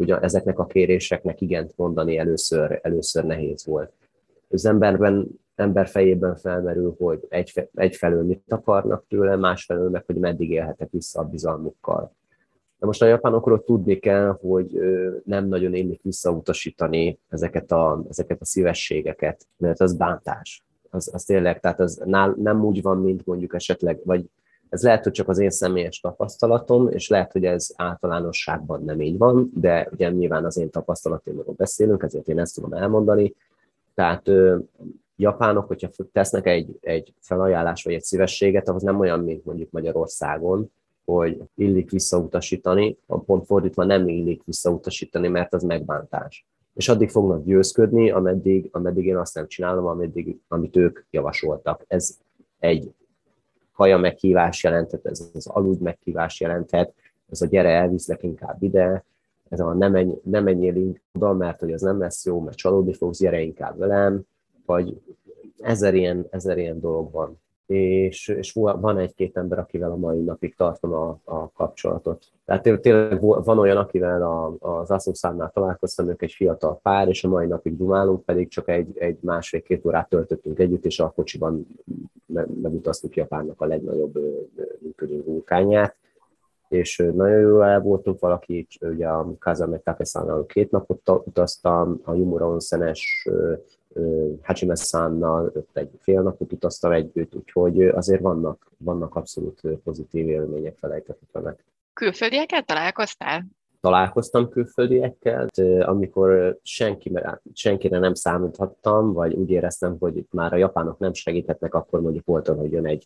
ugye ezeknek a kéréseknek igent mondani először nehéz volt. Az ember fejében felmerül, hogy egyfelől mit akarnak tőle, másfelől meg, hogy meddig élhetek vissza a bizalmukkal. De most a japánokról tudni kell, hogy nem nagyon illik visszautasítani ezeket a szívességeket, mert az bántás. Az tényleg, tehát az nem úgy van, mint mondjuk esetleg, vagy ez lehet, hogy csak az én személyes tapasztalatom, és lehet, hogy ez általánosságban nem így van, de ugye nyilván az én tapasztalatomról beszélünk, ezért én ezt tudom elmondani. Tehát japánok, hogyha tesznek egy felajánlást vagy egy szívességet, ahhoz nem olyan, mint mondjuk Magyarországon, hogy illik visszautasítani, pont fordítva nem illik visszautasítani, mert az megbántás. És addig fognak győzködni, ameddig én azt nem csinálom, amit ők javasoltak. Ez egy kaja meghívás jelenthet, ez az aludj meghívás jelenthet, ez a gyere, elviszlek inkább ide, ez a nem menjél inkább oda, mert hogy az nem lesz jó, mert csalódni fogsz, gyere inkább velem, vagy ezer ilyen dolog van. És van egy-két ember, akivel a mai napig tartom a kapcsolatot. Tehát tényleg van olyan, akivel az Asunsannál találkoztam, ők egy fiatal pár, és a mai napig dumálunk, pedig csak egy másfél-két órát töltöttünk együtt, és a kocsiban megutaztuk Japánnak a legnagyobb működő vulkánját, és nagyon jól el voltunk, valaki, ugye a Kazame Take-sannal 2 napot utaztam, a Yumura Onsen-es Hajime-sannal egy fél napot utaztam együtt, úgyhogy azért vannak abszolút pozitív élmények, felejthetetlenek. Külföldiekkel találkoztál? Találkoztam külföldiekkel, amikor senkire nem számíthattam, vagy úgy éreztem, hogy már a japánok nem segíthetnek, akkor mondjuk volt olyan, hogy jön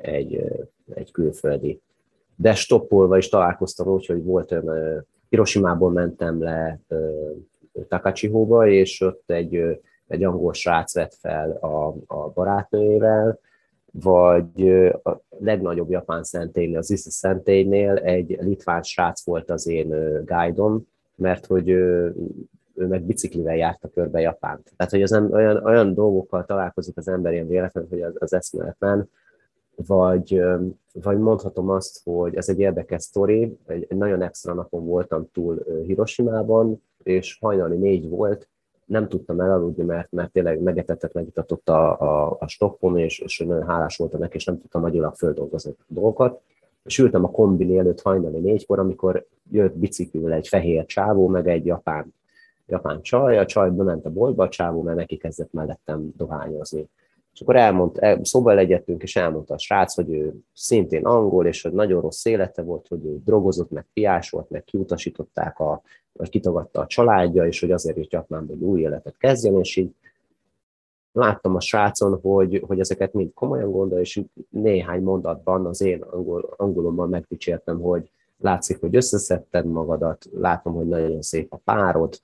egy külföldi. De stoppolva is találkoztam úgy, hogy volt olyan, Hiroshimából mentem le Takachihóba, és ott egy angol srác vett fel a barátnőjével, vagy a legnagyobb japán szentélynél, az Ise szentélynél egy litván srác volt az én guide-om, mert hogy ő meg biciklivel járta körbe Japánt. Tehát, hogy az olyan dolgokkal találkozik az ember ilyen véletlenül, hogy az eszméletlen, vagy mondhatom azt, hogy ez egy érdekes sztori, egy nagyon extra napon voltam túl Hiroshimában, és hajnali 4 volt, nem tudtam elaludni, mert tényleg megetetett, megitatott a stoppom, és nagyon hálás voltam neki, és nem tudtam agyilag földolgozni a dolgokat. És ültem a kombini előtt hajnali 4-kor, amikor jött biciklivel egy fehér csávó, meg egy japán csaj, a csaj bement a boltba, a csávó mert neki kezdett mellettem dohányozni. És akkor szóba legyettünk, és elmondta a srác, hogy ő szintén angol, és hogy nagyon rossz élete volt, hogy ő drogozott, meg piás volt, meg kiutasították, vagy kitagadta a családja, és hogy azért jött Japánba, hogy új életet kezdjen, és így láttam a srácon, hogy ezeket mind komolyan gondol, és néhány mondatban az én angolommal megdicsértem, hogy látszik, hogy összeszedted magadat, látom, hogy nagyon szép a párod,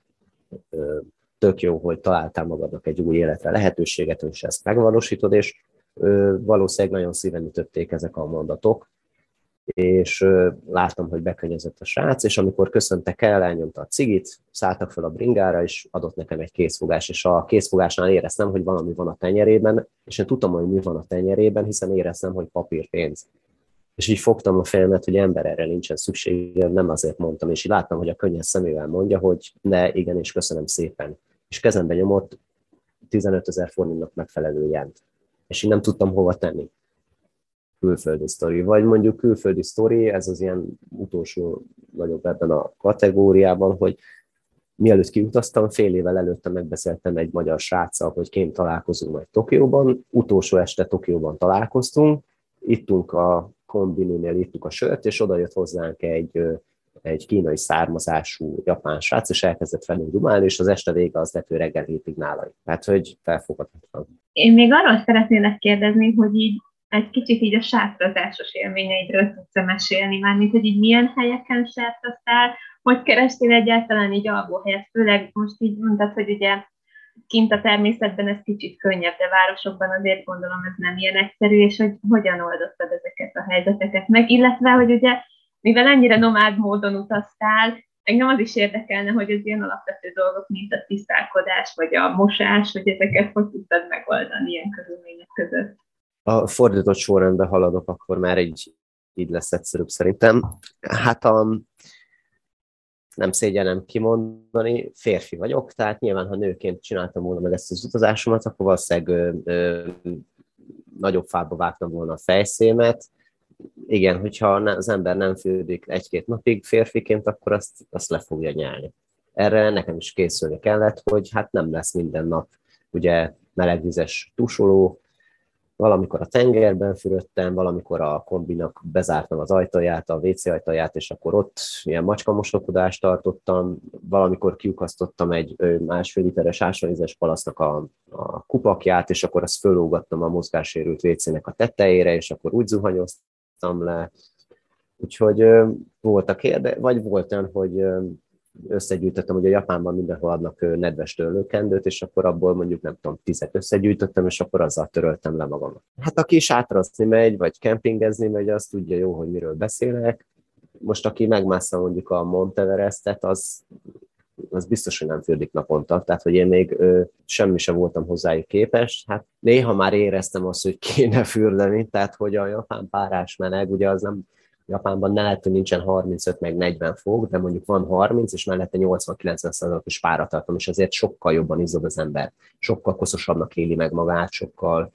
tök jó, hogy találtál magadnak egy új életre lehetőséget, és ezt megvalósítod, és valószínűleg nagyon szíven ütötték ezek a mondatok, és láttam, hogy bekönnyezett a srác, és amikor köszöntek el, elnyomta a cigit, szálltak fel a bringára, és adott nekem egy készfogás, és a készfogásnál éreztem, hogy valami van a tenyerében, és én tudtam, hogy mi van a tenyerében, hiszen éreztem, hogy papírpénz. És így fogtam a fejemet, hogy ember, erre nincsen szükségem, nem azért mondtam, és így láttam, hogy a könnyes szemével mondja, hogy ne, igen, és köszönöm szépen. És kezembe nyomott 15 000 forintnak megfelelő jent. És így nem tudtam hova tenni. Külföldi sztori. Vagy mondjuk külföldi sztori, ez az ilyen utolsó nagyobb ebben a kategóriában, hogy mielőtt kiutaztam, fél évvel előtte megbeszéltem egy magyar sráccal, hogy kint találkozunk majd Tokióban. Utolsó este Tokióban találkoztunk, ittunk a kombininél, ittuk a sört, és oda jött hozzánk egy kínai származású japán srác, és elkezdett velünk dumálni, és az este vége az lett, hogy reggel 7-ig nála. Tehát, hogy felfogadhatatlan. Én még arról szeretnélek kérdezni, hogy így egy kicsit így a sátrazásos élményeidről tudsz mesélni, mármint, hogy így milyen helyeken sátraztál, hogy kerestél egyáltalán így alvóhelyet, főleg most így mondtad, hogy ugye kint a természetben ez kicsit könnyebb, de városokban azért gondolom ez nem ilyen egyszerű, és hogy hogyan oldottad ezeket a helyzeteket meg, illetve, hogy ugye, mivel ennyire nomád módon utaztál, engem az is érdekelne, hogy az ilyen alapvető dolgok, mint a tisztálkodás, vagy a mosás, hogy ezeket hogy tudtad megoldani ilyen körülmények között. A fordított sorrendben haladok, akkor már így lesz egyszerűbb szerintem. Hát nem szégyenem kimondani, férfi vagyok, tehát nyilván, ha nőként csináltam volna meg ezt az utazásomat, akkor valószínűleg nagyobb fába vágtam volna a fejszémet. Igen, hogyha az ember nem fürdik 1-2 napig férfiként, akkor azt le fogja nyelni. Erre nekem is készülni kellett, hogy hát nem lesz minden nap ugye melegvizes tusoló, valamikor a tengerben fürödtem, valamikor a kombinak bezártam az ajtaját, a WC ajtaját, és akkor ott ilyen macskamosokodást tartottam, valamikor kiukasztottam egy 1,5 literes ásványvizes palasznak a kupakját, és akkor azt fölógattam a mozgássérült WC-nek a tetejére, és akkor úgy zuhanyoztam le. Úgyhogy vagy volt olyan, hogy összegyűjtöttem, hogy a Japánban mindenhol adnak nedves törlőkendőt, és akkor abból mondjuk nem tudom, 10 összegyűjtöttem, és akkor azzal töröltem le magamat. Hát aki sátrazni megy, vagy kempingezni megy, az tudja jó, hogy miről beszélek. Most aki megmássza mondjuk a Mount Everestet, az biztos, hogy nem fürdik naponta, tehát hogy én még semmi sem voltam hozzájuk képes. Hát néha már éreztem azt, hogy kéne fürdeni, tehát hogy a japán párás meleg, ugye az nem Japánban lehet, hogy nincsen 35 meg 40 fok, de mondjuk van 30, és mellette 80-90%-os páratartalom, és ezért sokkal jobban izzad az ember. Sokkal koszosabbnak éli meg magát, sokkal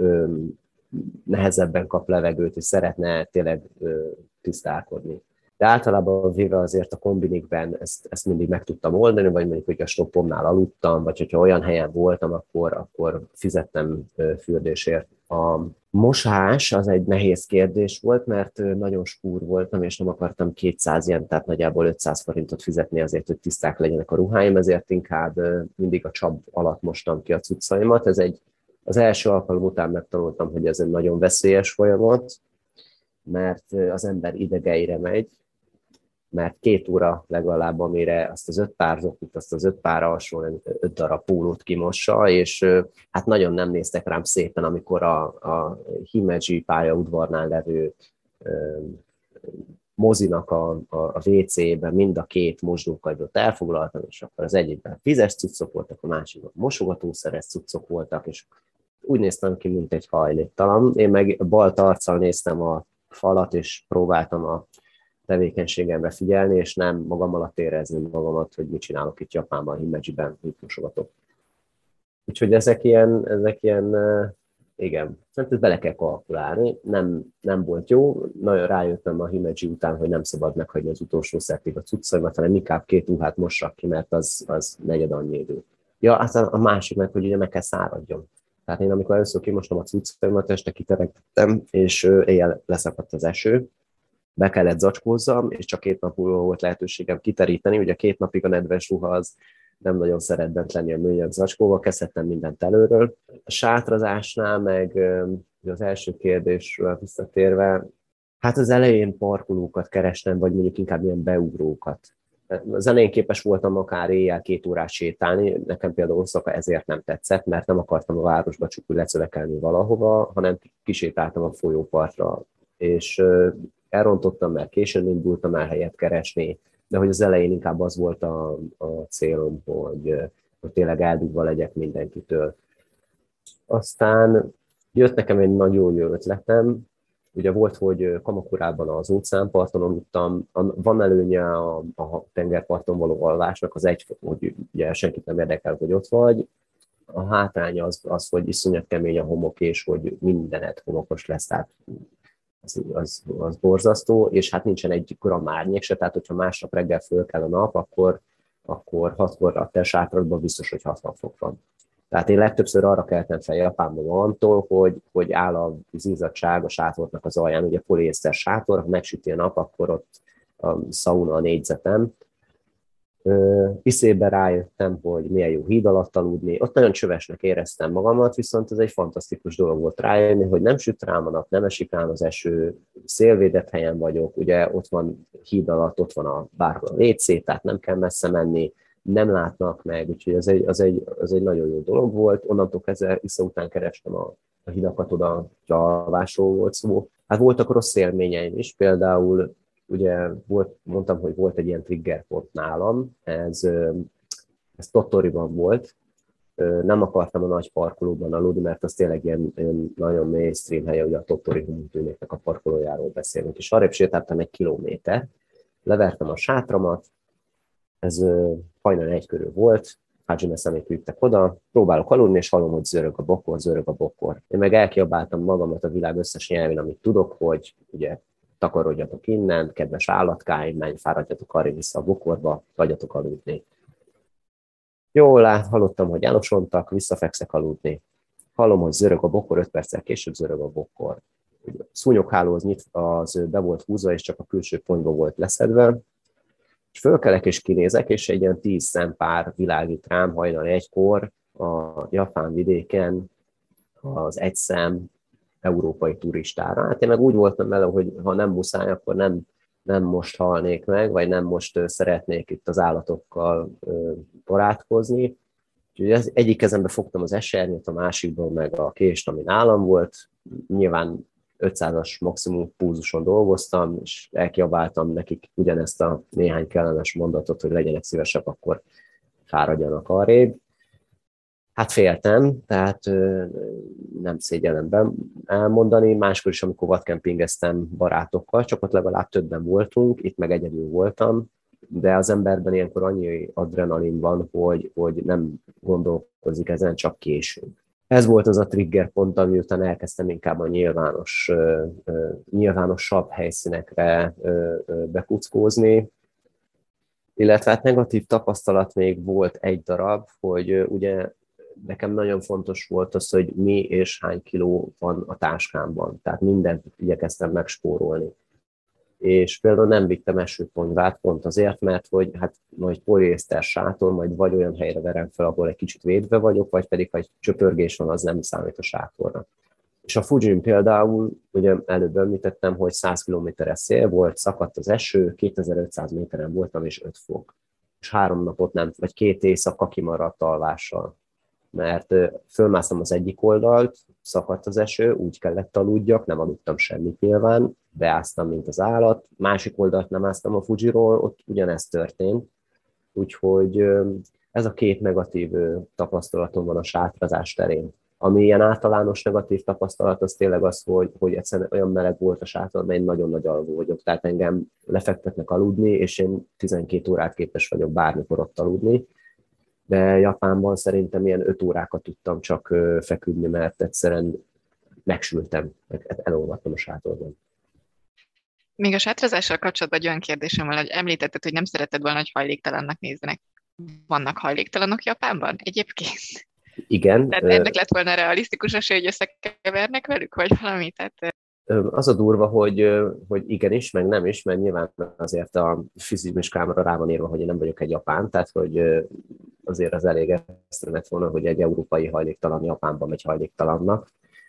nehezebben kap levegőt, és szeretne tényleg tisztálkodni. De általában véve azért a kombinikben ezt mindig meg tudtam oldani, vagy mondjuk, hogy a stoppomnál aludtam, vagy hogyha olyan helyen voltam, akkor fizettem fürdésért. A mosás az egy nehéz kérdés volt, mert nagyon spúr voltam, és nem akartam 200 yen, tehát nagyjából 500 forintot fizetni azért, hogy tiszták legyenek a ruháim, ezért inkább mindig a csap alatt mostam ki a cuccaimat. Az első alkalom után megtanultam, hogy ez egy nagyon veszélyes folyamat, mert az ember idegeire megy, mert 2 óra legalább, amire azt az 5 pár zoknit, azt az 5 pár alsó 5 darab pólót kimossa, és hát nagyon nem néztek rám szépen, amikor a Himeji pályaudvarnál levő mozinak a WC-ben mind a 2 mosdókagylót elfoglaltam, és akkor az egyikben vizes cuccok voltak, a másikban mosogatószeres cuccok voltak, és úgy néztem ki, mint egy hajléktalan. Én meg bal arccal néztem a falat, és próbáltam a tevékenységemre figyelni, és nem magam alatt érezni magamat, hogy mit csinálok itt Japánban, Himejiben, mit mosogatok. Úgyhogy ezek ilyen, igen, szerintem bele kell kalkulálni, nem volt jó. Nagyon rájöttem a Himeji után, hogy nem szabad meghagyni az utolsó szettig a cuccaimat, hanem inkább 2 ruhát mossak ki, mert az negyed annyi idő. Ja, aztán a másik meg, hogy ugye meg kell száradjon. Tehát én amikor először kimostam a cuccaimat, este kiterektettem, és éjjel leszakadt az eső, be kellett zacskózzam, és csak 2 nap múlva volt lehetőségem kiteríteni. Ugye 2 napig a nedves ruha az nem nagyon szeret bent lenni a műanyag zacskóval, kezdhettem mindent előről. A sátrazásnál meg az első kérdésről visszatérve, hát az elején parkolókat kerestem, vagy mondjuk inkább ilyen beugrókat. Az elején képes voltam akár éjjel 2 órát sétálni, nekem például Oszaka ezért nem tetszett, mert nem akartam a városba csak úgy lecölekelni valahova, hanem kisétáltam a folyópartra, és elrontottam, mert későn indultam el helyet keresni, de hogy az elején inkább az volt a célom, hogy tényleg eldugva legyek mindenkitől. Aztán jött nekem egy nagyon jó ötletem, ugye volt, hogy Kamakurában az óceánparton aludtam, van előnye a tengerparton való alvásnak, az egy, hogy ugye senkit nem érdekel, hogy ott vagy, a hátránya az, hogy iszonyat kemény a homok, és hogy mindenet homokos lesz, tehát az borzasztó, és hát nincsen egy gram árnyék se, tehát hogyha másnap reggel föl kell a nap, akkor 6-kor a te sátradban biztos, hogy 60 fok van. Tehát én legtöbbször arra keltem fel Japánban attól, hogy áll az izzadság a sátornak az alján, ugye poliészter sátor, ha megsüti a nap, akkor ott a szauna a négyzetem. Iszébe rájöttem, hogy milyen jó híd alatt aludni. Ott nagyon csövesnek éreztem magamat, viszont ez egy fantasztikus dolog volt rájönni, hogy nem süt rám a nap, nem esik rám az eső, szélvédett helyen vagyok, ugye ott van híd alatt, ott van a bárhol a WC, tehát nem kell messze menni, nem látnak meg, úgyhogy az egy nagyon jó dolog volt. Onnantól kezdve vissza után kerestem a hidakat, oda alvásról volt szó. Hát voltak rossz élményeim is, például ugye mondtam, hogy volt egy ilyen triggerpont nálam, ez Tottoriban volt, nem akartam a nagy parkolóban aludni, mert az tényleg ilyen nagyon mainstream helye, ugye a Tottori humutűnéknek a parkolójáról beszélünk, és arrébb sétáltam 1 kilométer, levertem a sátramat, Ez hajnal 1 körül volt, Hajime személyt vittek oda, próbálok aludni, és hallom, hogy zörög a bokor, zörög a bokor. Én meg elkiabáltam magamat a világ összes nyelvén, amit tudok, hogy ugye takarodjatok innen, kedves állatkáim, menj, fáradjatok arra vissza a bokorba, hagyjatok aludni. Jól hallottam, hogy elosontak, visszafekszek aludni. Hallom, hogy zörög a bokor, 5 perccel később zörög a bokor. Szúnyoghálóhoz az be volt húzva, és csak a külső pontba volt leszedve. És fölkelek és kinézek, és egy ilyen 10 szempár világít rám hajnal 1-kor a japán vidéken az egy szem európai turistára. Hát én meg úgy voltam vele, hogy ha nem muszáj, akkor nem most halnék meg, vagy nem most szeretnék itt az állatokkal barátkozni. Úgyhogy az egyik kezembe fogtam az esernyőt, a másikban meg a kést, ami nálam volt. Nyilván 500-as maximum púzuson dolgoztam, és elkiabáltam nekik ugyanezt a néhány kellemes mondatot, hogy legyenek szívesek, akkor fáradjanak arrébb. Hát féltem, tehát nem szégyelemben elmondani. Máskor is, amikor vadkempingeztem barátokkal, csak ott legalább többen voltunk, itt meg egyedül voltam, de az emberben ilyenkor annyi adrenalin van, hogy nem gondolkozik ezen, csak később. Ez volt az a trigger pont, ami után elkezdtem inkább a nyilvánosabb helyszínekre bekuckózni, illetve hát negatív tapasztalat még volt egy darab, hogy ugye nekem nagyon fontos volt az, hogy mi és hány kiló van a táskámban, tehát mindent igyekeztem megspórolni. És például nem vittem esőponyvát pont azért, mert hogy hát majd poliészter sátor, majd vagy olyan helyre verem fel, ahol egy kicsit védve vagyok, vagy pedig ha egy csöpörgés van, az nem számít a sátorra. És a Fujin például, ugye előbb említettem, hogy 100 km-es szél volt, szakadt az eső, 2500 méteren voltam, és 5 fok. És 3 napot nem, vagy 2 éjszaka kimaradt alvással. Mert fölmásztam az egyik oldalt, szakadt az eső, úgy kellett aludjak, nem aludtam semmit nyilván, beáztam, mint az állat. Másik oldalt nem áztam a Fujiról, ott ugyanezt történt. Úgyhogy ez a 2 negatív tapasztalatom van a sátrazás terén. Ami ilyen általános negatív tapasztalat, az tényleg az, hogy egyszerűen olyan meleg volt a sátor, mert én nagyon nagy alvó vagyok. Tehát engem lefektetnek aludni, és én 12 órát képes vagyok bármikor ott aludni. De Japánban szerintem ilyen 5 órákat tudtam csak feküdni, mert egyszerűen megsültem, elolvadtam a sátorban. Még a sátrazással kapcsolatban egy olyan kérdésem van, hogy említetted, hogy nem szereted volna, hogy hajléktalannak nézzenek. Vannak hajléktalanok Japánban egyébként? Igen. Tehát ennek lett volna realisztikus esély, hogy összekevernek velük, vagy valami? Tehát... Az a durva, hogy igenis, meg nem is, mert nyilván azért a fiziskámra rá van írva, hogy én nem vagyok egy japán, tehát hogy azért az elég extrém lett volna, hogy egy európai hajléktalan Japánban megy hajléktalannak.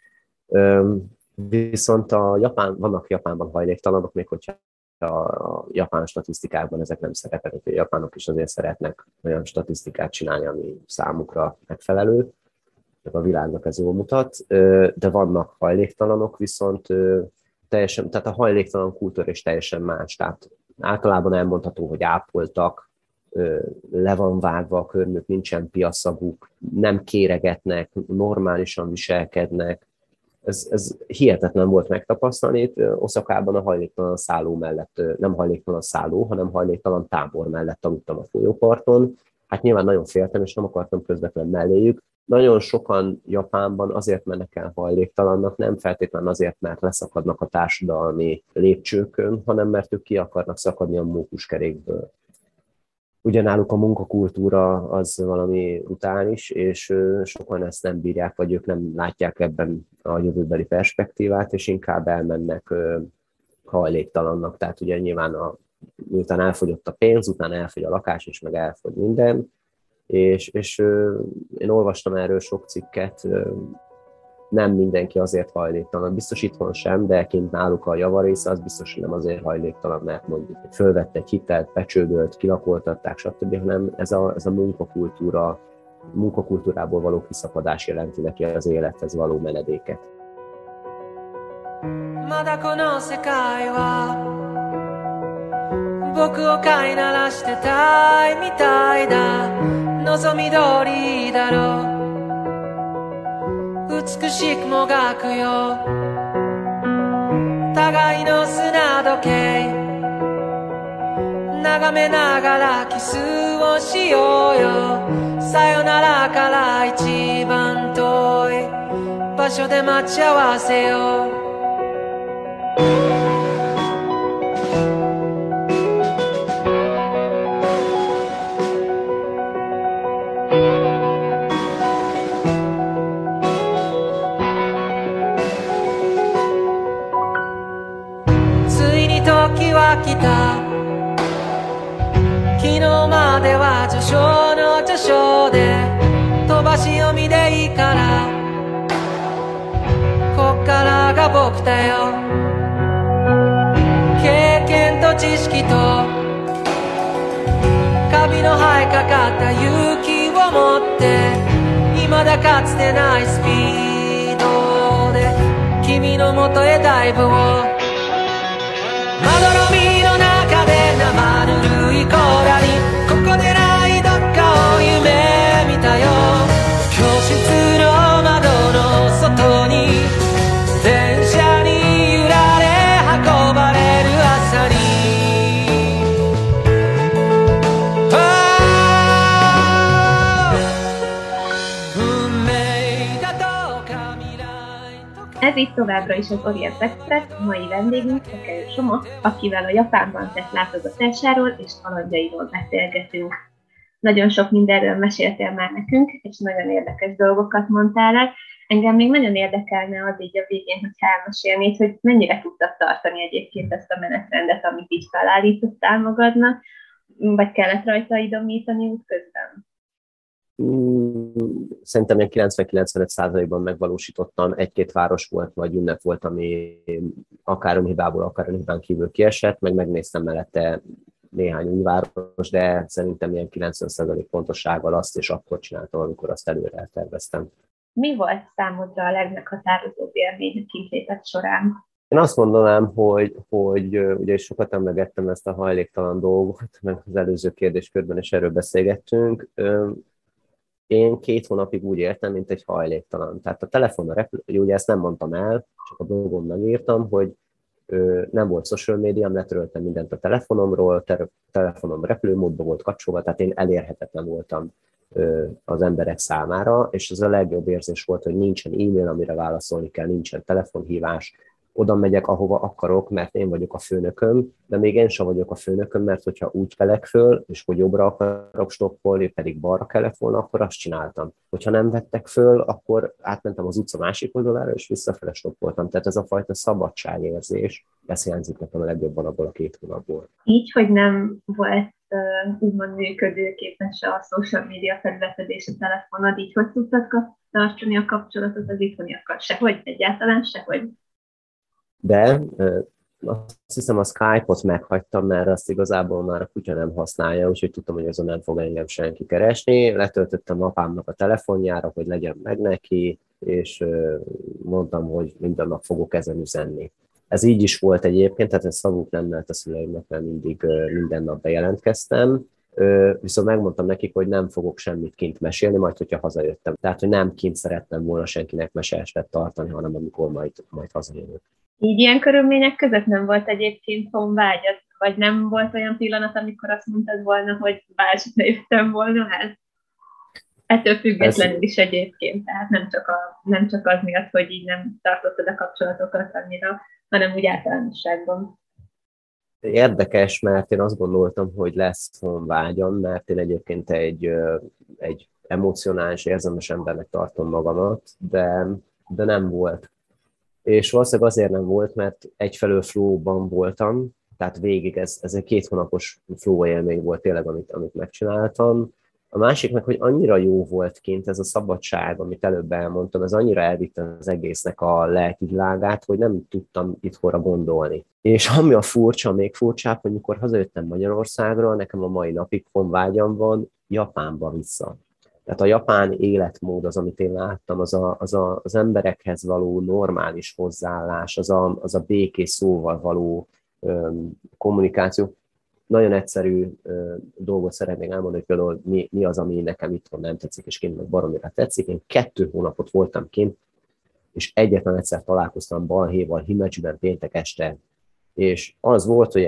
Viszont vannak Japánban hajléktalanok, még hogyha a japán statisztikákban ezek nem szerepelnek, hogy a japánok is azért szeretnek olyan statisztikát csinálni, ami számukra megfelelő, a világnak ez jól mutat, de vannak hajléktalanok, viszont teljesen, tehát a hajléktalan kultúra is teljesen más, tehát általában elmondható, hogy ápoltak, le van vágva a körmük, nincsen piaszaguk, nem kéregetnek, normálisan viselkednek. Ez hihetetlen volt megtapasztalni. Itt Oszakában a hajléktalan szálló mellett, nem hajléktalan szálló, hanem hajléktalan tábor mellett aludtam a folyóparton. Hát nyilván nagyon féltem, és nem akartam közvetlen melléjük. Nagyon sokan Japánban azért mennek el hajléktalannak, nem feltétlenül azért, mert leszakadnak a társadalmi lépcsőkön, hanem mert ők ki akarnak szakadni a mókuskerékből. Ugyanáluk a munkakultúra az valami brutális, és sokan ezt nem bírják, vagy ők nem látják ebben a jövőbeli perspektívát, és inkább elmennek hajléktalannak. Tehát ugye nyilván miután elfogyott a pénz, utána elfogy a lakás, és meg elfogy minden. És én olvastam erről sok cikket, nem mindenki azért hajléktalan, biztos itthon sem, de kint náluk a javarésze az biztos, hogy nem azért hajléktalan, mert mondjuk fölvett egy hitelt, becsődölt, kilakoltatták, stb., hanem ez a munkakultúrából való kiszakadás jelenti neki az élethez való menedéket. まだこの世界は僕を飼いならしてたいみたいだ望み通りだろう美しくもがくよ互いの砂時計流眺めながらキスをしようよさよならから一番遠い場所で待ち合わせよう時は来た昨日までは序章の序章で飛ばし読みでいいからこっからが僕だよ経験と知識とカビの生えかかった勇気を持って未だかつてないスピードで君の元へダイブをまどろみの中で生ぬるい甲羅にここでないどっかを夢見たよ教室の窓の外に電車に揺られ運ばれる朝に運命だとか未来とか Ez itt továbbra is az Orient Express, a mai vendégünk Takeo Soma, akivel a Japánban tett látogatásáról és kalandjairól beszélgetünk. Nagyon sok mindenről meséltél már nekünk, és nagyon érdekes dolgokat mondtál el. Engem még nagyon érdekelne az így a végén, hogy elmesélnéd, hogy mennyire tudtad tartani egyébként ezt a menetrendet, amit így felállítottál magadnak, vagy kellett rajta idomítani útközben? Szerintem ilyen 90-95%-ban megvalósítottam, egy-két város volt, vagy ünnep volt, ami akár önhibából, akár önhibán kívül kiesett, meg megnéztem mellette néhány új város, de szerintem ilyen 90% pontossággal azt és akkor csináltam, amikor azt előre elterveztem. Mi volt számodra a legmeghatározóbb élmény a kintléted során? Én azt mondanám, hogy ugye sokat emlegettem ezt a hajléktalan dolgot, meg az előző kérdéskörben is erről beszélgettünk. Én 2 hónapig úgy éltem, mint egy hajléktalan. Tehát a telefonra repülő, ugye ezt nem mondtam el, csak a blogon megírtam, hogy nem volt social médiám, letöröltem mindent a telefonomról, telefonom repülőmódban volt kapcsolva, tehát én elérhetetlen voltam az emberek számára, és ez a legjobb érzés volt, hogy nincsen e-mail, amire válaszolni kell, nincsen telefonhívás, oda megyek, ahova akarok, mert én vagyok a főnököm, de még én sem vagyok a főnököm, mert hogyha úgy kelek föl, és hogy jobbra akarok stoppolni, pedig balra kellett volna, akkor azt csináltam. Hogyha nem vettek föl, akkor átmentem az utca másik oldalára, és visszafele stoppoltam. Tehát ez a fajta szabadságérzés, ez hiányzik nekem a legjobban abból a 2 hónapból. Így, hogy nem volt úgymond működőképes a social media felületed és a telefonod, így hogy tudtad tartani a kapcsolatot az itthoniakkal? Sehogy? Egyáltalán sehogy? De azt hiszem a Skype-ot meghagytam, mert azt igazából már a kutya nem használja, úgyhogy tudtam, hogy azon nem fog engem senki keresni. Letöltöttem apámnak a telefonjára, hogy legyen meg neki, és mondtam, hogy minden nap fogok ezen üzenni. Ez így is volt egyébként, tehát ez szavuk nem lehet a szüleimnek, mert mindig minden nap bejelentkeztem. Viszont megmondtam nekik, hogy nem fogok semmit kint mesélni, majd hogyha hazajöttem. Tehát, hogy nem kint szerettem volna senkinek meseestet tartani, hanem amikor majd hazajövök. Így ilyen körülmények között nem volt egyébként honvágyad, vagy nem volt olyan pillanat, amikor azt mondtad volna, hogy bárcsak jöttem volna el? Ettől függetlenül is egyébként, tehát nem csak az miatt, hogy így nem tartottad a kapcsolatokat annyira, hanem úgy általánosságban. Érdekes, mert én azt gondoltam, hogy lesz honvágyam, mert én egyébként egy emocionális, érzelmes embernek tartom magamat, de nem volt. És valószínűleg azért nem volt, mert egyfelől flow-ban voltam, tehát végig ez egy 2 hónapos flow élmény volt tényleg, amit megcsináltam. A másik meg, hogy annyira jó volt kint ez a szabadság, amit előbb elmondtam, ez annyira elvitte az egésznek a lelki világát, hogy nem tudtam itthonra gondolni. És ami a furcsa, még furcsább, hogy mikor hazajöttem Magyarországra, nekem a mai napig honvágyam van Japánba vissza. Tehát a japán életmód az, amit én láttam, az emberekhez való normális hozzáállás, az a békés szóval való kommunikáció. Nagyon egyszerű dolgot szeretnék elmondani, hogy például mi az, ami nekem itthon nem tetszik, és kint meg baromira tetszik. Én 2 hónapot voltam kint, és egyetlen egyszer találkoztam balhéval Himejiben péntek este, és az volt, hogy egy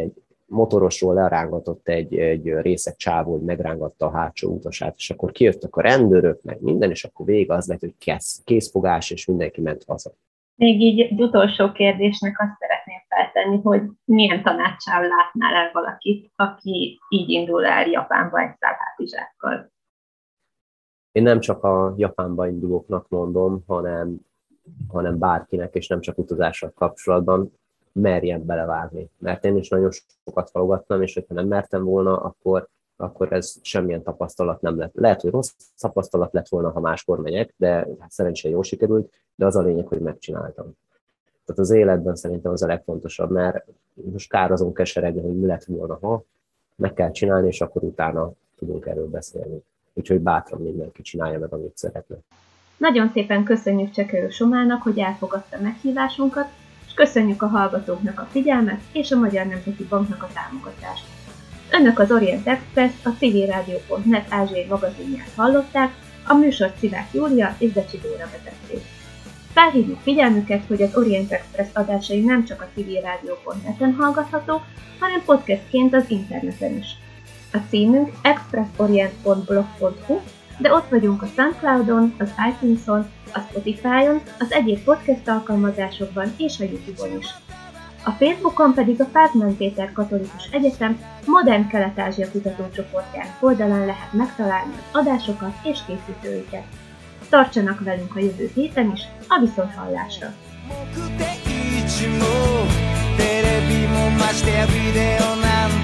motorosról lerángatott egy részeg csávó, hogy megrángatta a hátsó utasát, és akkor kijöttek a rendőrök, meg minden, és akkor vége az lett, hogy készfogás, és mindenki ment haza. Még így egy utolsó kérdésnek azt szeretném feltenni, hogy milyen tanáccsal látnál el valakit, aki így indul el Japánba egy szál hátizsákkal? Én nem csak a Japánba indulóknak mondom, hanem bárkinek, és nem csak utazással kapcsolatban, merjen belevágni. Mert én is nagyon sokat hallgattam, és hogyha nem mertem volna, akkor ez semmilyen tapasztalat nem lett. Lehet, hogy rossz tapasztalat lett volna, ha máskor megyek, de szerencsére jól sikerült, de az a lényeg, hogy megcsináltam. Tehát az életben szerintem az a legfontosabb, mert most kár azon keseregni, hogy mi lett volna, ha meg kell csinálni, és akkor utána tudunk erről beszélni. Úgyhogy bátran mindenki csinálja meg, amit szeretne. Nagyon szépen köszönjük Csekerő Somának, hogy elfogadta meghívásunkat, és köszönjük a hallgatóknak a figyelmet és a Magyar Nemzeti Banknak a támogatást. Önök az Orient Express, a civilradio.net ázsiai magazinját hallották, a műsort Szivák Júlia és Decsi Dóra vezették. Felhívjuk figyelmüket, hogy az Orient Express adásai nem csak a civilradio.net-en hallgatható, hanem podcastként az interneten is. A címünk expressorient.blog.hu, de ott vagyunk a SoundCloudon, az iTunes-on, a Spotify-on, az egyéb podcast alkalmazásokban és a YouTube-on is. A Facebookon pedig a Fázmán Péter Katolikus Egyetem Modern Kelet-Ázsia kutatócsoportjának oldalán lehet megtalálni az adásokat és készítőiket. Tartsanak velünk a jövő héten is, a viszonthallásra! テレビもましてやビデオなん